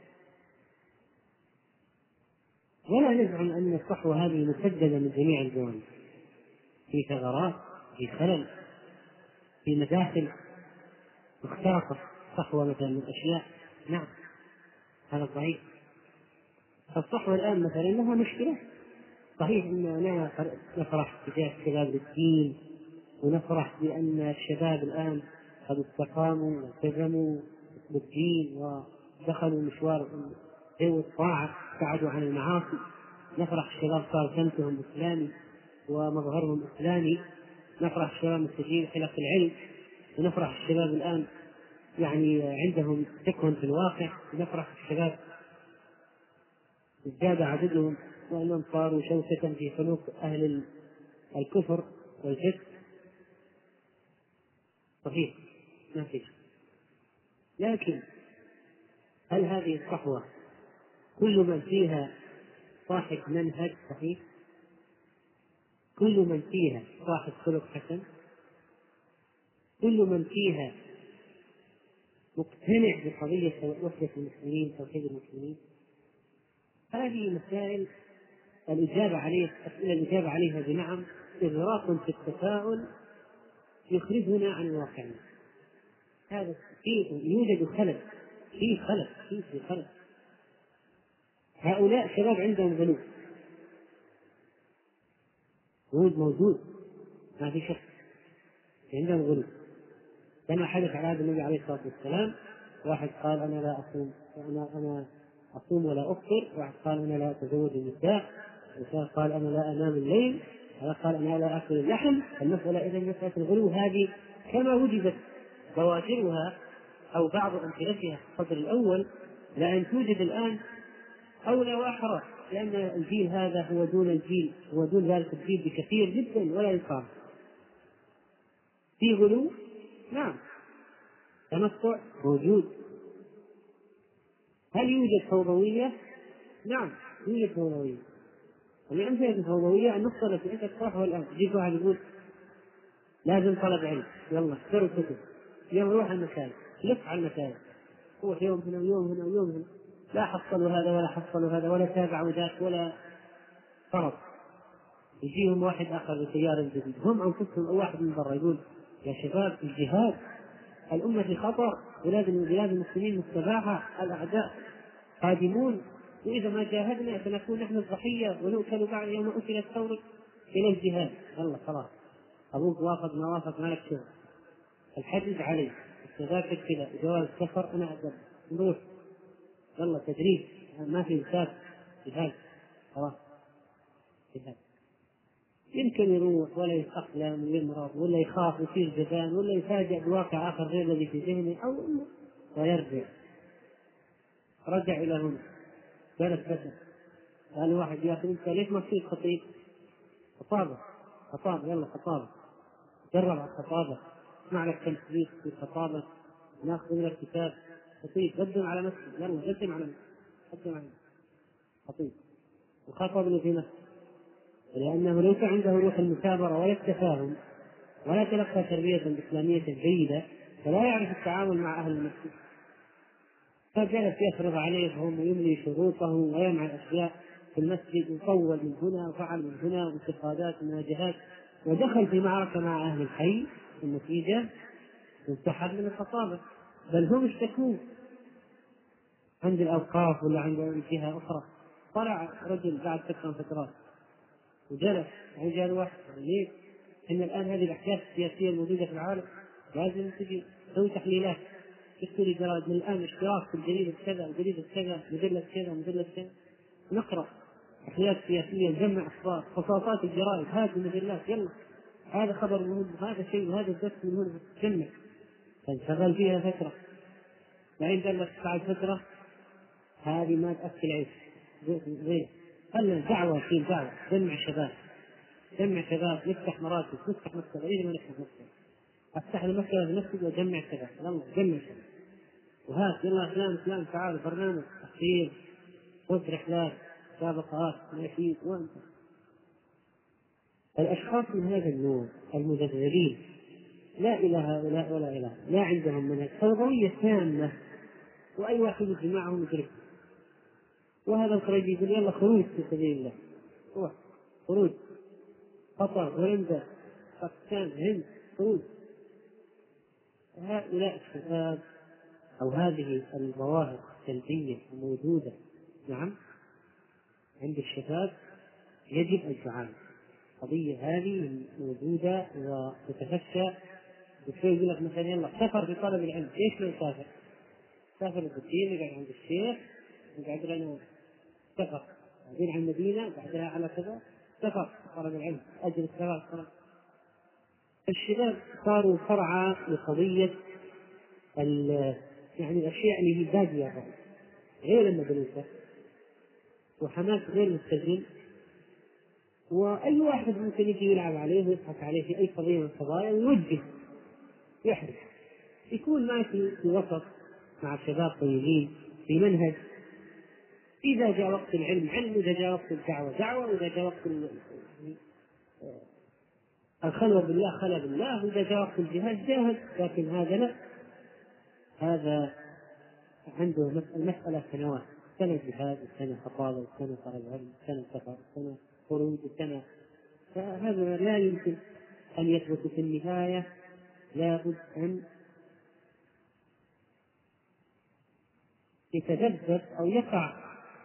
ولا نزعم أن الصحوة هذه مسددة من جميع الجوانب، في ثغرات، في خلل، في مداخل اخترقت صحوة مثلا من أشياء، نعم هذا صحيح. فالصحوة الآن مثلا لها مشكلة، صحيح أننا نفرح تجاه الشباب للدين، ونفرح بأن الشباب الآن قد استقاموا والتزموا بالدين ودخلوا مشوار جو الطاعة، ابتعدوا عن المعاصي. نفرح الشباب صار سمتهم إسلامي ومظهرهم إسلامي، نفرح الشباب مستجيب حلق العلم، ونفرح الشباب الآن يعني عندهم فقه في الواقع، ونفرح الشباب ازداد عددهم وأنهم صاروا شوكة في خلوق أهل الكفر والفسق. صحيح ما في، لكن هل هذه الصحوة كل من فيها صاحب منهج صحيح؟ كل من فيها صاحب خلق حسن؟ كل من فيها مقتنع بقضية وحدة المسلمين، توحيد المسلمين؟ هذه مسائل الإجابة عليها بنعم إغراق في التساؤل يخرجنا عن الواقع. هذا يوجد خلل، في خلل. هؤلاء شباب عندهم غلو، موجود، ما في شك عندهم غلو، كما حدث على هذا النبي عليه الصلاة والسلام. واحد قال أنا لا أصوم، أنا أصوم ولا أفطر، واحد قال أنا لا أتزوج النساء، وواحد قال أنا لا أنام الليل، هذا قال أنا لا أكل اللحم. المسألة إذا مسألة الغلو هذه كما وجدت بوادرها أو بعض أمثلتها في الصدر الأول، لأن توجد الآن أولى وأحرى، لأن الجيل هذا هو دون ذلك الجيل بكثير جدا ولا يقارن. في غلو، نعم، تنطع موجود. هل يوجد فوضوية؟ نعم يوجد فوضوية. ومن أمثلة الفوضوية النقطة التي أنت تطرحها الآن، يجيك واحد يقول لازم طلب علم، يلا اشتروا كتب، يلا روح المكان، لف على المكان، روح يوم هنا ويوم هنا ويوم هنا، لا حصلوا هذا ولا حصلوا هذا ولا تابعوا ذاك ولا فرط. يجيهم واحد آخر بسيارة جديد، هم أنفسهم أو واحد من برا يقول يا شباب الجهاد، الأمة في خطر، بلاد المسلمين مستباحة، الأعداء قادمون، وإذا ما جاهدنا سنكون نحن الضحية ونؤكل بعد يوم أكل الثور إلى الجهاد. الله خلاص، أبوك وافق ما وافق ما لك شغل، الحجز علي، التذاكر كذا، جواز سفر أنا أقدر نروح، يلا تدريب، ما في مسافة جهاد، خلاص جهاد. يمكن يروح ولا يتأقلم ويمرض ولا يخاف ويصير جبان ولا يفاجأ بواقع آخر غير الذي في ذهنه أو ويرجع. رجع إلى هنا جلس بشر، قال واحد يا أخي أنت ليش ما تصير خطيب؟ خطابة يلا خطابة، جرب على الخطابة، اسمع لك تمثيل في الخطابة، ناخذ لك كتاب خطيب، قدم على نفسك، يلا قدم على خطيب، وخاطبني في نفسه، لأنه ليس عنده روح المثابرة ولا التفاهم ولا تلقى تربية إسلامية جيدة، فلا يعرف التعامل مع أهل المسجد، فجلس يفرض عليهم ويملي شروطه ويمنع الأشياء في المسجد، وطول من هنا وفعل من هنا وانتقادات ومواجهات. ودخل في معركة مع أهل الحي، النتيجة انسحب من الخطابة، بل هم اشتكوه عند الأوقاف ولا عند جهة أخرى. طلع رجل بعد فترة من فترات وجلس رجال واحد، ليه؟ إن الآن هذه الأحداث السياسية الموجودة في العالم لازم تجي تسوي تحليلات، تشتري جرائد من الآن، اشتراك في الجريدة كذا وجريدة كذا، مجلة كذا ومجلة كذا، نقرأ تحليلات سياسية، نجمع أخبار، خصاصات الجرائد، هذه المجلات، يلا هذا خبر مهم، هذا شيء، وهذا الدرس من هنا، جمع. فانشغل فيها فترة، بعدين قال لك بعد فترة هذه ما تأكل عيش زي خلنا دعوة في دعوة، جمع شباب، نفتح مراكز، نفتح مكتبة، إذا ما نفتح مكتبة أفتح المكتبة بنفسي وجمع شباب، يلا جمع شباب، وهات يلا فلان تعال برنامج تحصيل، خذ رحلات، مسابقات، نشيد، وانت. الأشخاص من هذا النوع المذبذبين لا إلى هؤلاء ولا إله، لا عندهم منهج، فوضوية تامة، وأي واحد يجي معهم يدرك. وهذا الخريج يقول يلا خروج في سبيل الله، روح خروج، قطر، هولندا، باكستان، هند، خروج. هؤلاء الشباب أو هذه الظواهر السلبية الموجودة نعم عند الشباب يجب أن تعالج. القضية هذه موجودة وتتفشى، وشوي يقول لك مثلا يلا سفر في طلب العلم، ايش من سافر؟ سافر الدين، يقعد عند الشيخ، يقعد لنا سفر، بعدين على المدينة، بعدها على كذا سفر طلب العلم، أجل السفر. الشباب صاروا فرعا لقضية يعني الأشياء اللي هي بادية غير المدروسة، وحماس غير مستجل، وأي واحد ممكن يجي يلعب عليه ويضحك عليه في أي قضية من القضايا ويوجه يحرج. يكون ماشي في وسط مع شباب طيبين في منهج، إذا جاء وقت العلم علم، إذا جاء وقت الدعوة دعوة، وإذا جاء وقت الخلوة بالله خلى بالله، وإذا جاء وقت الجهاد جاهد. لكن هذا لا، هذا عنده المسألة سنوات، سنة جهاد وسنة خطابة وسنة طلب علم وسنة سفر وسنة خروج وسنة، فهذا لا يمكن أن يثبت في النهاية. لابد أن يتذبذب أو يقع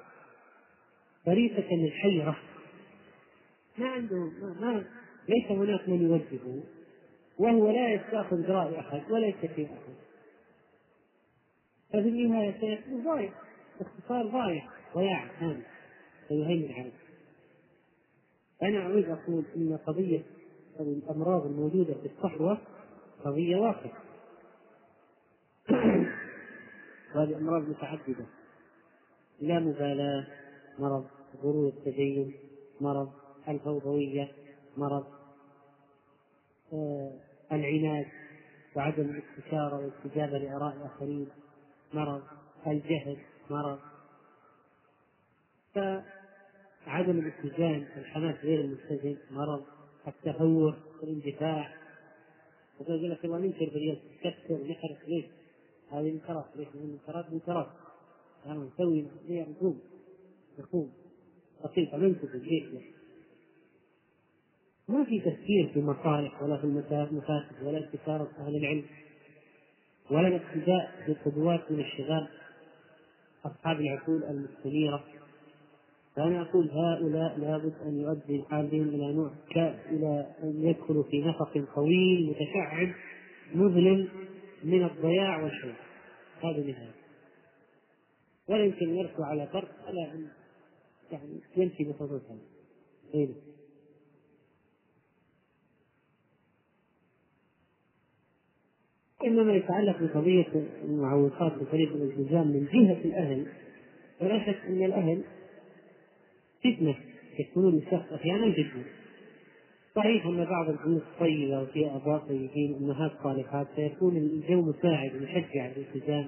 طريقة للحيرة، ما عنده ليس هناك من يوجهه، وهو لا يستأخذ رأي أحد ولا يستطيع أحد، ففي النهاية سيكون ضايع، باختصار ضياع كامل سيهيمن عليه. أنا أريد أقول إن قضية الأمراض الموجودة في الصحوة قضية واقعة. وهذه أمراض متعددة، لا مبالاة، مرض غرور التدين، مرض الفوضوية، مرض العناد وعدم الاستشارة والاستجابة لآراء الآخرين، مرض الجهل، مرض عدم الاتزان، الحماس غير المتزن، مرض التهور والاندفاع. ويقول لك الله ننكر باليد، تكسر نحرق، ليش؟ هذه منكرات، ليش منكرات؟ أنا نسوي نقوم بسيطة ننكر ليش؟ ما في تفكير في المصالح ولا في المفاسد ولا استشارة أهل العلم ولا الاقتداء بالقدوات من الشباب أصحاب العقول المستنيرة. فأنا أقول هؤلاء لابد أن يؤدي الحال بهم إلى أن يدخلوا في نفق طويل متشعب مظلم من الضياع والشر، هذا نهاية، ولا يمكن يرسو على فرق ولا أن يعني يمشي بخطوتها. إنما يتعلق بقضية المعوقات وطريقة الالتزام من جهة الأهل، ولا شك أن الأهل فتنة يكونون الشخص أحيانا فتنة. صحيح أن بعض البيوت طيبة وفيها أباء طيبين أمهات صالحات فيكون الجو مساعد ويشجع الالتزام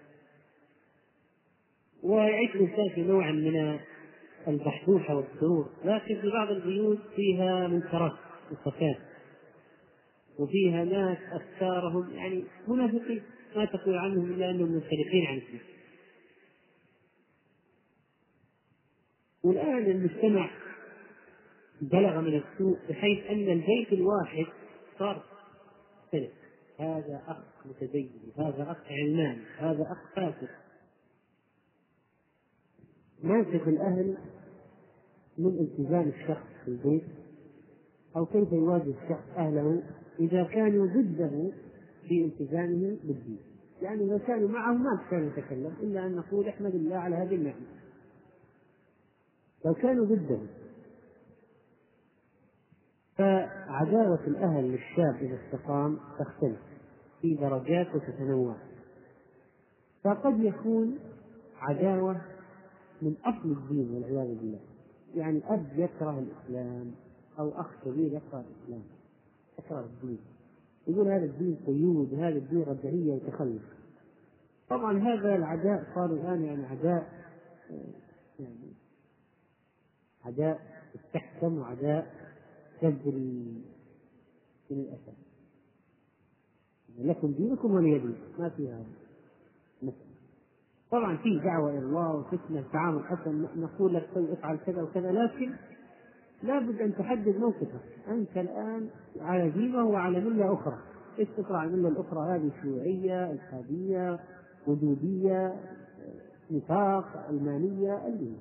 ويعيش الإنسان في نوع من البحبوحة والسرور، لكن في بعض البيوت فيها منكرات وفساد، وفيها ناس أفكارهم يعني منافقين، ما تقول عنهم إلا أنهم منسلخين عن الدين. والآن المجتمع بلغ من السوء بحيث أن البيت الواحد صار مختلف، هذا أخ متدين، هذا أخ علماني، هذا أخ فاسد. موقف الأهل من التزام الشخص في البيت، أو كيف يواجه الشخص أهله إذا كانوا ضده في التزامه بالدين. يعني إذا كانوا معه ما كانوا يتكلم إلا أن نقول احمد الله على هذه النعمة. لو كانوا ضده، فعداوة الأهل للشاب إذا استقام تختلف في درجات وتتنوع. فقد يكون عداوة من أصل الدين والعياذ بالله، يعني أب يكره الإسلام أو أخ كبير يكره الإسلام، يكره الدين، يقول هذا الدين قيود، هذا الدين رجعية وتخلف. طبعا هذا العداء صار الآن يعني عداء استحكم وعداء تجري من الأسف. لكم دينكم ولي دين، ما فيها مثلا. طبعا في دعوة إلى الله وفتنة تعامل حسن، نقول لك افعل كذا وكذا، لكن لا بد أن تحدد موقفك. أنت الآن على دينه وعلى ملة أخرى، إيش تطلع الملة الأخرى؟ هذه شيوعية، إلحادية، وجودية، نفاق، علمانية، اللي.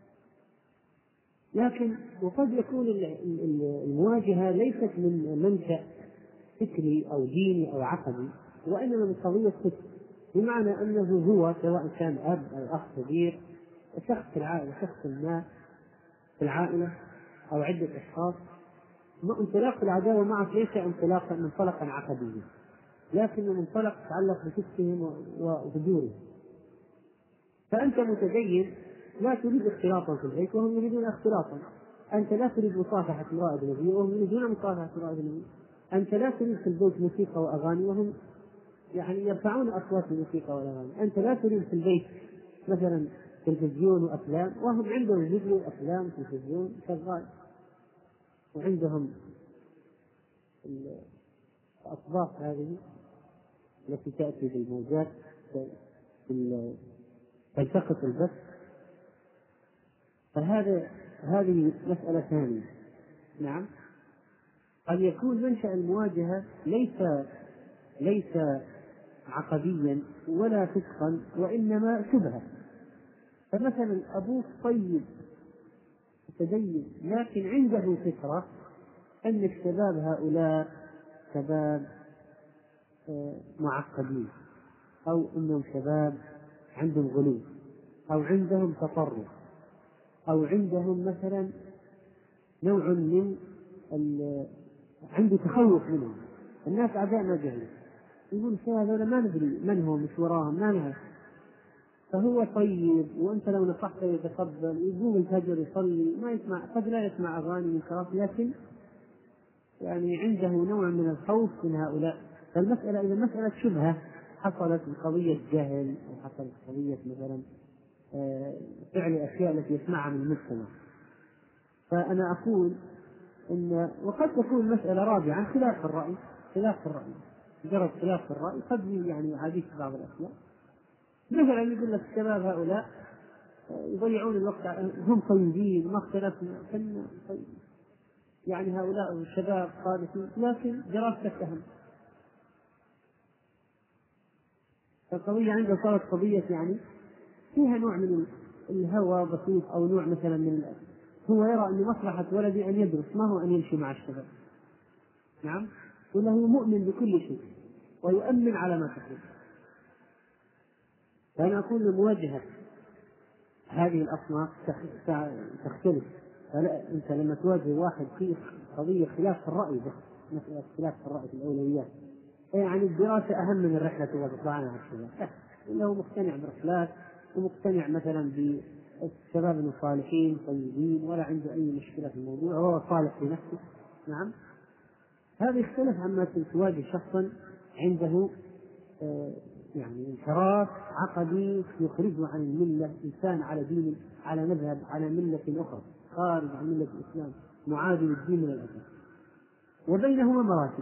لكن وقد يكون المواجهة ليست من منشأ فكري أو ديني أو عقدي، وإنما من قضية فكر، بمعنى أنه هو سواء كان أب أو أخ كبير، شخص في العائلة، شخص ما في العائلة أو عدة أشخاص، انطلاق العداوة معك ليس منطلقا عقديا، لكن منطلق يتعلق بفكرهم وفجورهم. فأنت متدين لا تريد اختلاطا في البيت وهم يريدون اختلاطا، أنت لا تريد مصافحة امرأة أجنبية وهم يريدون مصافحة امرأة أجنبية، أنت لا تريد في البيت موسيقى وأغاني وهم يعني يرفعون أصوات الموسيقى والأغاني، أنت لا تريد في البيت مثلا تلفزيون وأفلام وهم عندهم فيديو أفلام تلفزيون شغال، وعندهم الأصوات هذه التي تأتي بالموجات تلتقط البث. هذه مسألة ثانية. نعم، قد يكون منشأ المواجهة ليس عقديا ولا فسقا، وإنما شبهة. فمثلا أبوك طيب متدين لكن عنده فكرة أن الشباب هؤلاء شباب معقدين، أو أنهم شباب عندهم غلو، أو عندهم تطرف، أو عندهم مثلا نوع من عنده تخوف منهم، الناس أعداء ما جهلوا، يقول هذول ما ندري من هم، مش وراهم، ما نعرف. فهو طيب، وأنت لو نصحته يتقبل، يقوم الفجر يصلي، ما يسمع، قد لا يسمع أغاني من كراف، لكن يعني عنده نوع من الخوف من هؤلاء. فالمسألة إذا مسألة شبهة حصلت بقضية جهل، أو حصلت قضية مثلا فعل أشياء التي يسمعها من المجتمع، فأنا أقول إن وقد تكون المسألة راجعة خلاف الرأي، مجرد خلاف في الرأي قد يعني يعاديك بعض الأشياء. مثلا يقول لك الشباب هؤلاء يضيعون الوقت، هم طيبين ما اختلفنا، يعني هؤلاء الشباب صادقين، لكن دراستك أهم. فالقضية عنده صارت قضية يعني فيها نوع من الهوى بسيط، أو نوع مثلا من هو يرى أن مصلحة ولدي أن يدرس، ما هو أن يمشي مع الشباب. نعم، وله مؤمن بكل شيء ويؤمن على ما تقول. فأنا أقول مواجهة هذه الأصناف تختلف. فلا أنت لما تواجه واحد في قضية خلاف في الرأي، بس مسألة خلاف في الرأي في الأولويات، يعني الدراسة أهم من الرحلة وتطلعنا على الشباب، إنه مقتنع بالرحلات ومقتنع مثلا بالشباب الصالحين طيبين ولا عنده أي مشكلة في الموضوع وهو صالح لنفسه. نعم، هذا يختلف عما تواجه شخصا عنده يعني انحراف عقدي يخرجه عن الملة، إنسان على دين، على مذهب، على ملة أخرى خارج عن ملة الإسلام، معادي للدين من الأساس، وبينهما مراتب.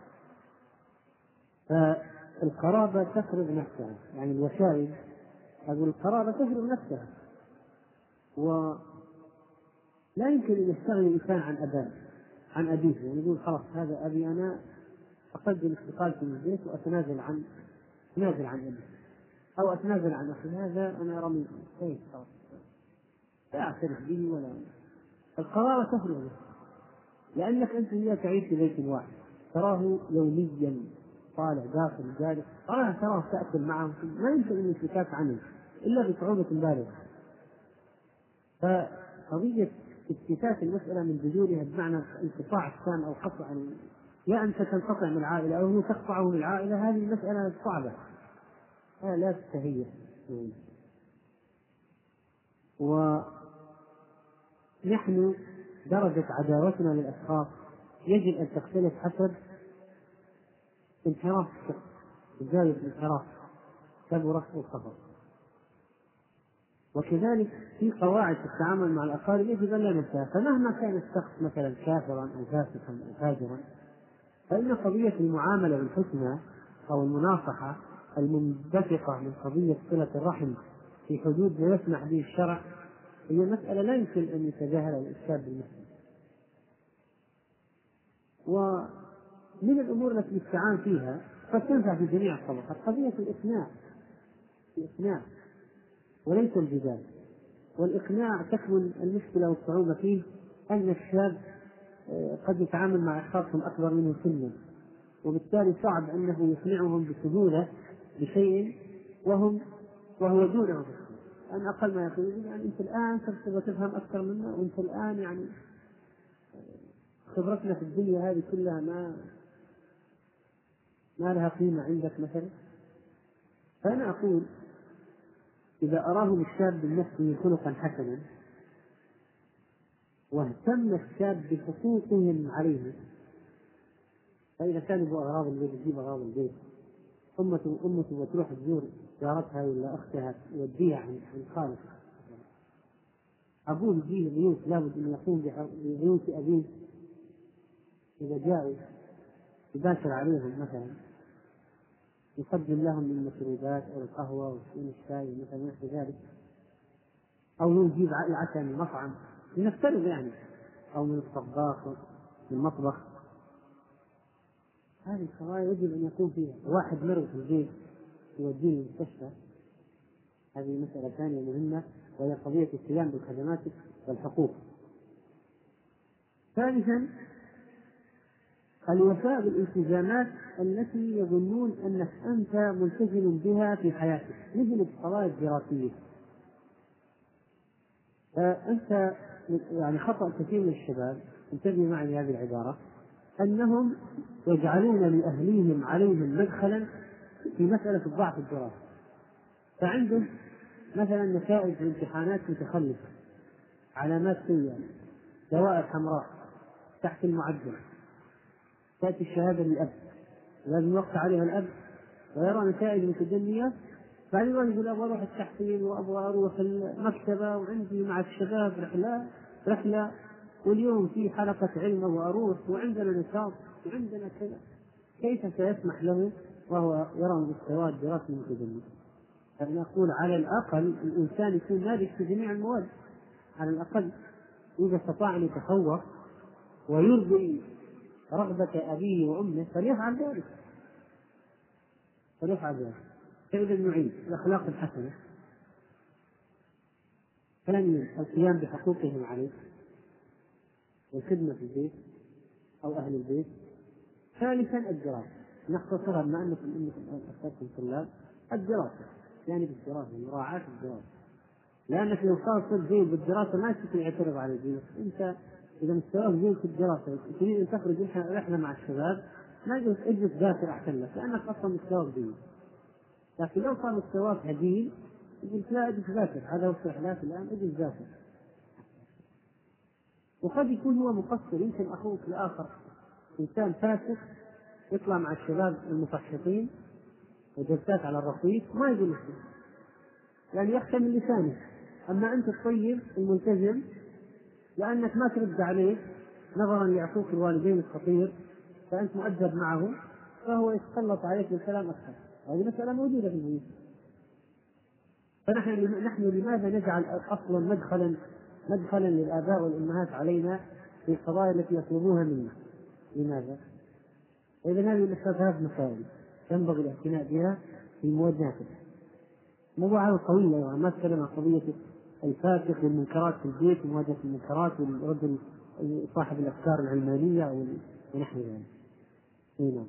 فالقرابة تفرض نفسها، يعني الوسائل، أقول القرابة تفرض نفسها، لا يمكن أن يستغني الإنسان عن أبيه، يعني يقول خلاص هذا أبي، أنا أقدم استقالتي من البيت وأتنازل عن أبي، أو أتنازل عن أخي، هذا أنا رمي كيف خلاص لا أعترف به ولا. القرار تفرغ به، لأنك أنت لا تعيش في بيت واحد، تراه يوميا طالع داخل جالس، تراه تأكل معه، ما يمكن أن ينفكاك عنه إلا بصعوبة بالغة. فقضية افتكاك المسألة من جذورها بمعنى انقطاع التام أو قطع، يا أنت تنقطع من العائلة أو هو تقطعه من العائلة، هذه المسألة صعبة لا تستهيئ. ونحن درجة عداوتنا للأشخاص يجب أن تختلف حسب انحراف الشخص، زاوية الانحراف كبرت أو خفضت. وكذلك في قواعد في التعامل مع الأقارب يجب أن لا ننساها. فمهما كان الشخص مثلا كافرا أو فاسقا أو فاجرا، فإن قضية المعاملة بالحسنى أو المناصحة المنبثقة من قضية صلة الرحم في حدود ما يسمح به الشرع هي مسألة لا يمكن أن يتجاهلها الشاب المسلم. ومن الأمور التي يستعان فيها قد تنفع في جميع الطبقات قضية الإقناع وليس الجدال. والإقناع تكمن المشكلة والصعوبة فيه أن الشاب قد يتعامل مع أشخاص أكبر منه سنا، وبالتالي صعب أنه يقنعهم بسهولة بشيء وهو دونه. أن أقل ما يقول يعني أنت الآن تبغى تفهم أكثر منا، وأنت الآن يعني خبرتنا في الدنيا هذه كلها ما لها قيمة عندك مثلا. فأنا أقول إذا أراهم الشاب بالنفس خلقا حسنا واهتم الشاب بحقوقهم عليه، فإذا كان يبغى أغراض البيت يجيب أغراض البيت، أمته وتروح تزور جارتها ولا أختها يوديها عن خالق، أبوه يجيه ضيوف لابد أن يقوم بضيوف أبيه إذا جاءوا يباشر عليهم مثلا، يقدم لهم من المشروبات أو القهوة وشؤون الشاي مثلا نحو ذلك، أو يجيب العشاء من المطعم لنفترض يعني، أو من الطباخ من المطبخ. هذه القضايا يجب أن يكون فيها. واحد مرض في البيت يوديه المستشفى، هذه مسألة ثانية مهمة، وهي قضية القيام بالخدمات والحقوق. ثالثا الوفاء بالالتزامات التي يظنون أنك أنت ملتزم بها في حياتك، مثل القضايا الدراسية. فأنت يعني خطأ كثير من الشباب، انتبهوا معي هذه العبارة، أنهم يجعلون لأهليهم عليهم مدخلا في مسألة الضعف الدراسي. فعنده مثلا نتائج الامتحانات متخلفة، علامات سيئة، دوائر حمراء تحت المعدل، تأتي الشهادة للأب، لازم يوقع عليها الأب ويرى نتائج متدنية، بعدين يقول أبغى أروح التحصيل وأبغى أروح المكتبة وعندي مع الشباب رحلة واليوم في حلقة علم وأروح وعندنا نشاط وعندنا كذا. كيف سيسمح له وهو يرى مستوى الدراسي متدني؟ فأنا أقول على الأقل الإنسان يكون ناجح في جميع المواد، على الأقل إذا استطاع أن يتفوق ويرضي رغبة أبيه وأمه فليفعل ذلك. فإذا نعيد الأخلاق الحسنة، ثانيا القيام بحقوقهم عليه والخدمة في البيت أو أهل البيت، ثالثا الدراسة. نختصرها بما أنكم أخذتم طلاب، الدراسة يعني بالدراسة، مراعاة الدراسة، لأنك لو صار زين بالدراسة ما تستطيع يعترض على دينك. أنت إذا مستواك زين في الدراسة تريد أن تخرج رحلة مع الشباب، ما يجوز اجلس ذاكر أحسن لك لأنك أصلا مستواك زين. لكن لو صار مستواك هزيل يقول لا اجلس ذاكر، هذا هو الرحلات الآن، اجلس ذاكر. وقد يكون هو مقصر، يمكن أخوك الآخر إنسان فاسق يطلع مع الشباب المفحطين وجلسات على الرصيف ما يقول شيء يعني يخشى من لسانه. أما أنت الطيب الملتزم لأنك ما ترد عليه نظرا لعقوق الوالدين الخطير، فأنت مؤدب معه، فهو يتسلط عليك بالكلام أكثر. هذه مسألة موجودة في البيوت. فنحن لماذا نجعل أصلا مدخلا مدخلا للآباء والأمهات علينا في القضايا التي يطلبوها منا. لماذا؟ إذا هذه المسألة 3 مسائل ينبغي الاعتناء بها في مواجهته. موضوع طويل أيضا، ما أتكلم عن قضية الفاسق والمنكرات في البيت ومواجهة المنكرات والرجل صاحب الأفكار العلمانية أو ونحو ذلك. نعم.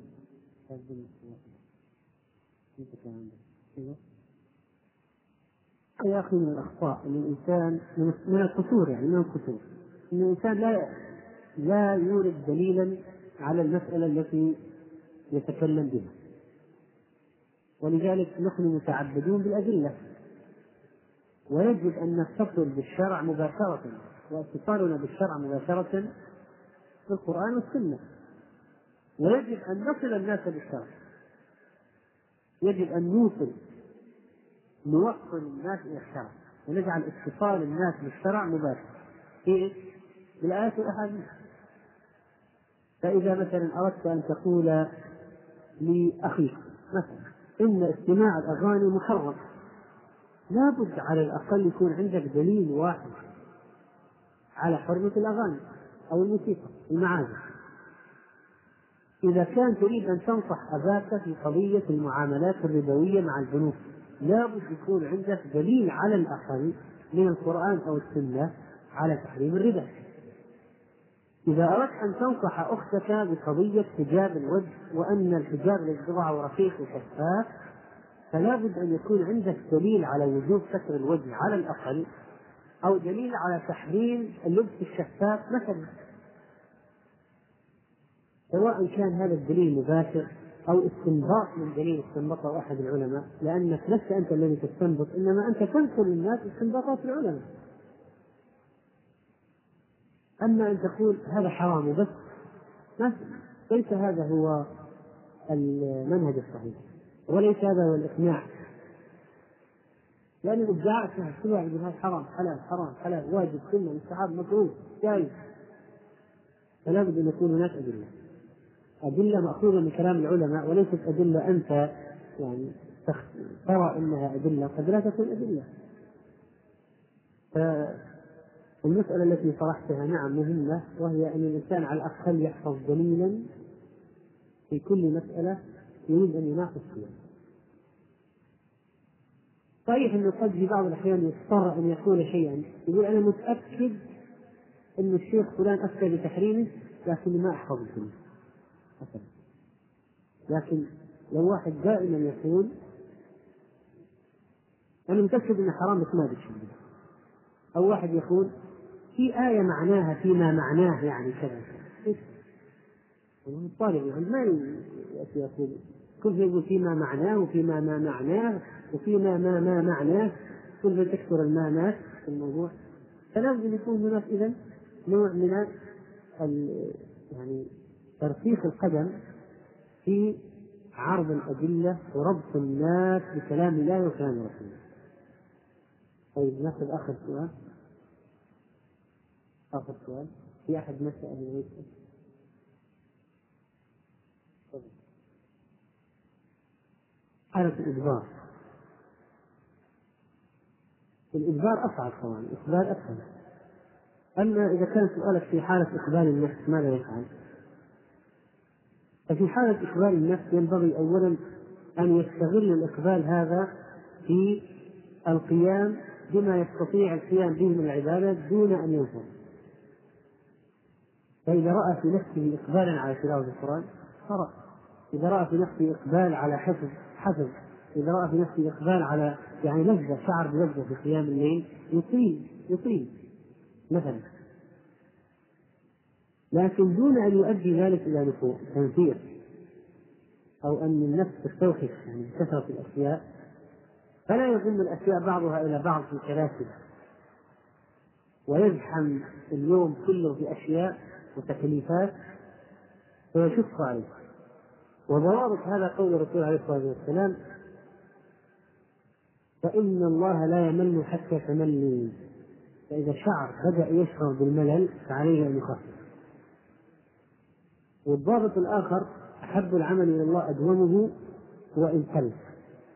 يا أخي من الأخطاء أن الإنسان من القصور، يعني من القصور أن الإنسان لا يورد دليلا على المسألة التي يتكلم بها، ولذلك نحن متعبدون بالأدلة، ويجب أن نتصل بالشرع مباشرة، واتصالنا بالشرع مباشرة بالقرآن والسنة، ويجب أن نصل الناس بالشرع، يجب أن نوصل الناس إلى الشرع ونجعل اتصال الناس بالشرع مباشر في بالآيات والأحاديث. فإذا مثلا أردت أن تقول لأخيك مثلا إن استماع الأغاني محرم، لابد على الأقل يكون عندك دليل واحد على حرمة الأغاني أو الموسيقى المعازف. إذا كان تريد أن تنصح أباك في قضية المعاملات الربوية مع البنوك، لابد يكون عندك دليل على الأقل من القرآن أو السنة على تحريم الربا. إذا أردت أن تنصح أختك بقضية حجاب الوجه وأن الحجاب الذي تضعه رقيق وشفاف، فلا بد أن يكون عندك دليل على وجوب ستر الوجه على الأقل، أو دليل على تحريم اللبس الشفاف مثلا، سواء كان هذا الدليل مباشر أو استنباط من دليل استنبطه أحد العلماء، لأنك لست أنت الذي تستنبط، إنما أنت تنقل للناس استنباطات العلماء. أما أن تقول هذا حرام وبس، ليس هذا هو المنهج الصحيح، وليس هذا هو الإقناع، لأن الإبداع كل واحد يقول هذا حرام حلال حرام حلال واجب سنة مستحب مكروه جائز. فلا بد أن يكون هناك أدلة مأخوذة من كلام العلماء، وليست أدلة أنت يعني ترى أنها أدلة قد لا تكون أدلة. فالمسألة التي طرحتها نعم مهمة، وهي أن الإنسان على الأقل يحفظ دليلا في كل مسألة يريد أن يناقش فيها. صحيح أنه قد في بعض الأحيان يضطر أن يقول شيئا يقول أنا متأكد أن الشيخ فلان أفتى بتحريمه لكن ما أحفظ الكلمة. لكن لو واحد دائما يقول أنا متأكد أن حرام بس ما أدري، أو واحد يقول في آية معناها فيما معناه يعني كذا، الطالب يعني ما يأتي يقول كل يقول فيما معناه وفيما ما معناه وفيما ما معناه، كل تكثر المانات في الموضوع. فلازم يكون هناك إذن نوع من يعني ترسيخ القدم في عرض الأدلة وربط الناس بكلام الله وكلام رسوله. طيب ناخذ آخر سؤال. في أحد مسألة يريد حالة الإجبار. الإجبار أصعب طبعا، الإقبال أسهل. أما إذا كان سؤالك في حالة إقبال النفس ماذا يفعل؟ ففي حالة إقبال النفس ينبغي أولا أن يستغل الإقبال هذا في القيام بما يستطيع القيام به من العبادة دون أن ينفر. فإذا رأى في نفسه إقبالا على تلاوة القرآن قرأ، إذا رأى في نفسه إقبال على حفظ، إذا رأى في نفسه إقبال على يعني لذة، شعر بلذة في قيام الليل يطيل مثلا، لكن دون أن يؤدي ذلك إلى تنفير أو أن النفس تستوحش يعني بكثرة الأشياء، فلا يضم الأشياء بعضها إلى بعض في كلاسل ويزحم اليوم كله في أشياء وتكليفات فيشق عليه. وضوابط هذا قول الرسول عليه الصلاة والسلام فإن الله لا يمل حتى تملي، فإذا شعر بدأ يشعر بالملل فعليه أن يخفف. والضابط الآخر أحب العمل إلى الله أدومه وإن قل.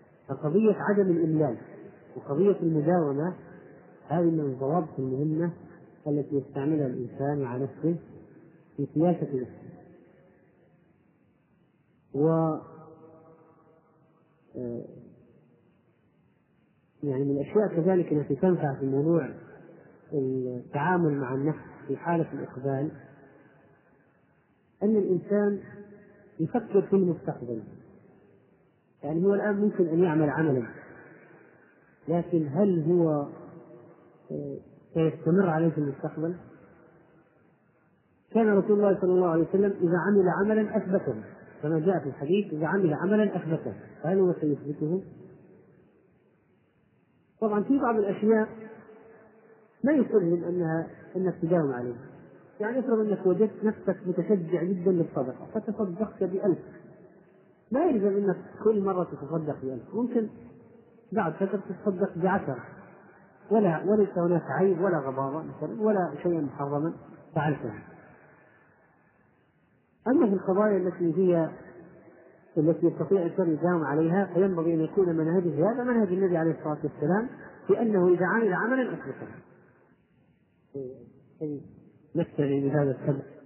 فقضية عدم الإملال وقضية المداومة هذه من الضوابط المهمة التي يستعملها الإنسان مع نفسه في سياسة نفسه. يعني من الأشياء كذلك التي تنفع في موضوع التعامل مع النفس في حالة الإقبال أن الإنسان يفكر في المستقبل. يعني هو الآن ممكن أن يعمل عملا، لكن هل هو سيستمر عليه في المستقبل؟ كان رسول الله صلى الله عليه وسلم إذا عمل عملا أثبته، كما جاء في الحديث إذا عمل عملا أثبته، فهل هو سيثبته؟ طبعا في بعض الأشياء ما يسلم أنك تداوم عليها. يعني افرض أنك وجدت نفسك متشجع جدا للصدقة فتصدقت ب1000، لا يلزم أنك كل مرة تتصدق ب1000، ممكن بعد فترة تتصدق ب10، وليس هناك عيب ولا غضاضة مثلا ولا شيء محرما فعلته. أما في القضايا التي يستطيع الإنسان يداوم عليها فينبغي أن يكون منهجه هذا منهج النبي عليه الصلاة والسلام، لأنه إذا عمل عملا أثبته. نكتفي بهذا السبب.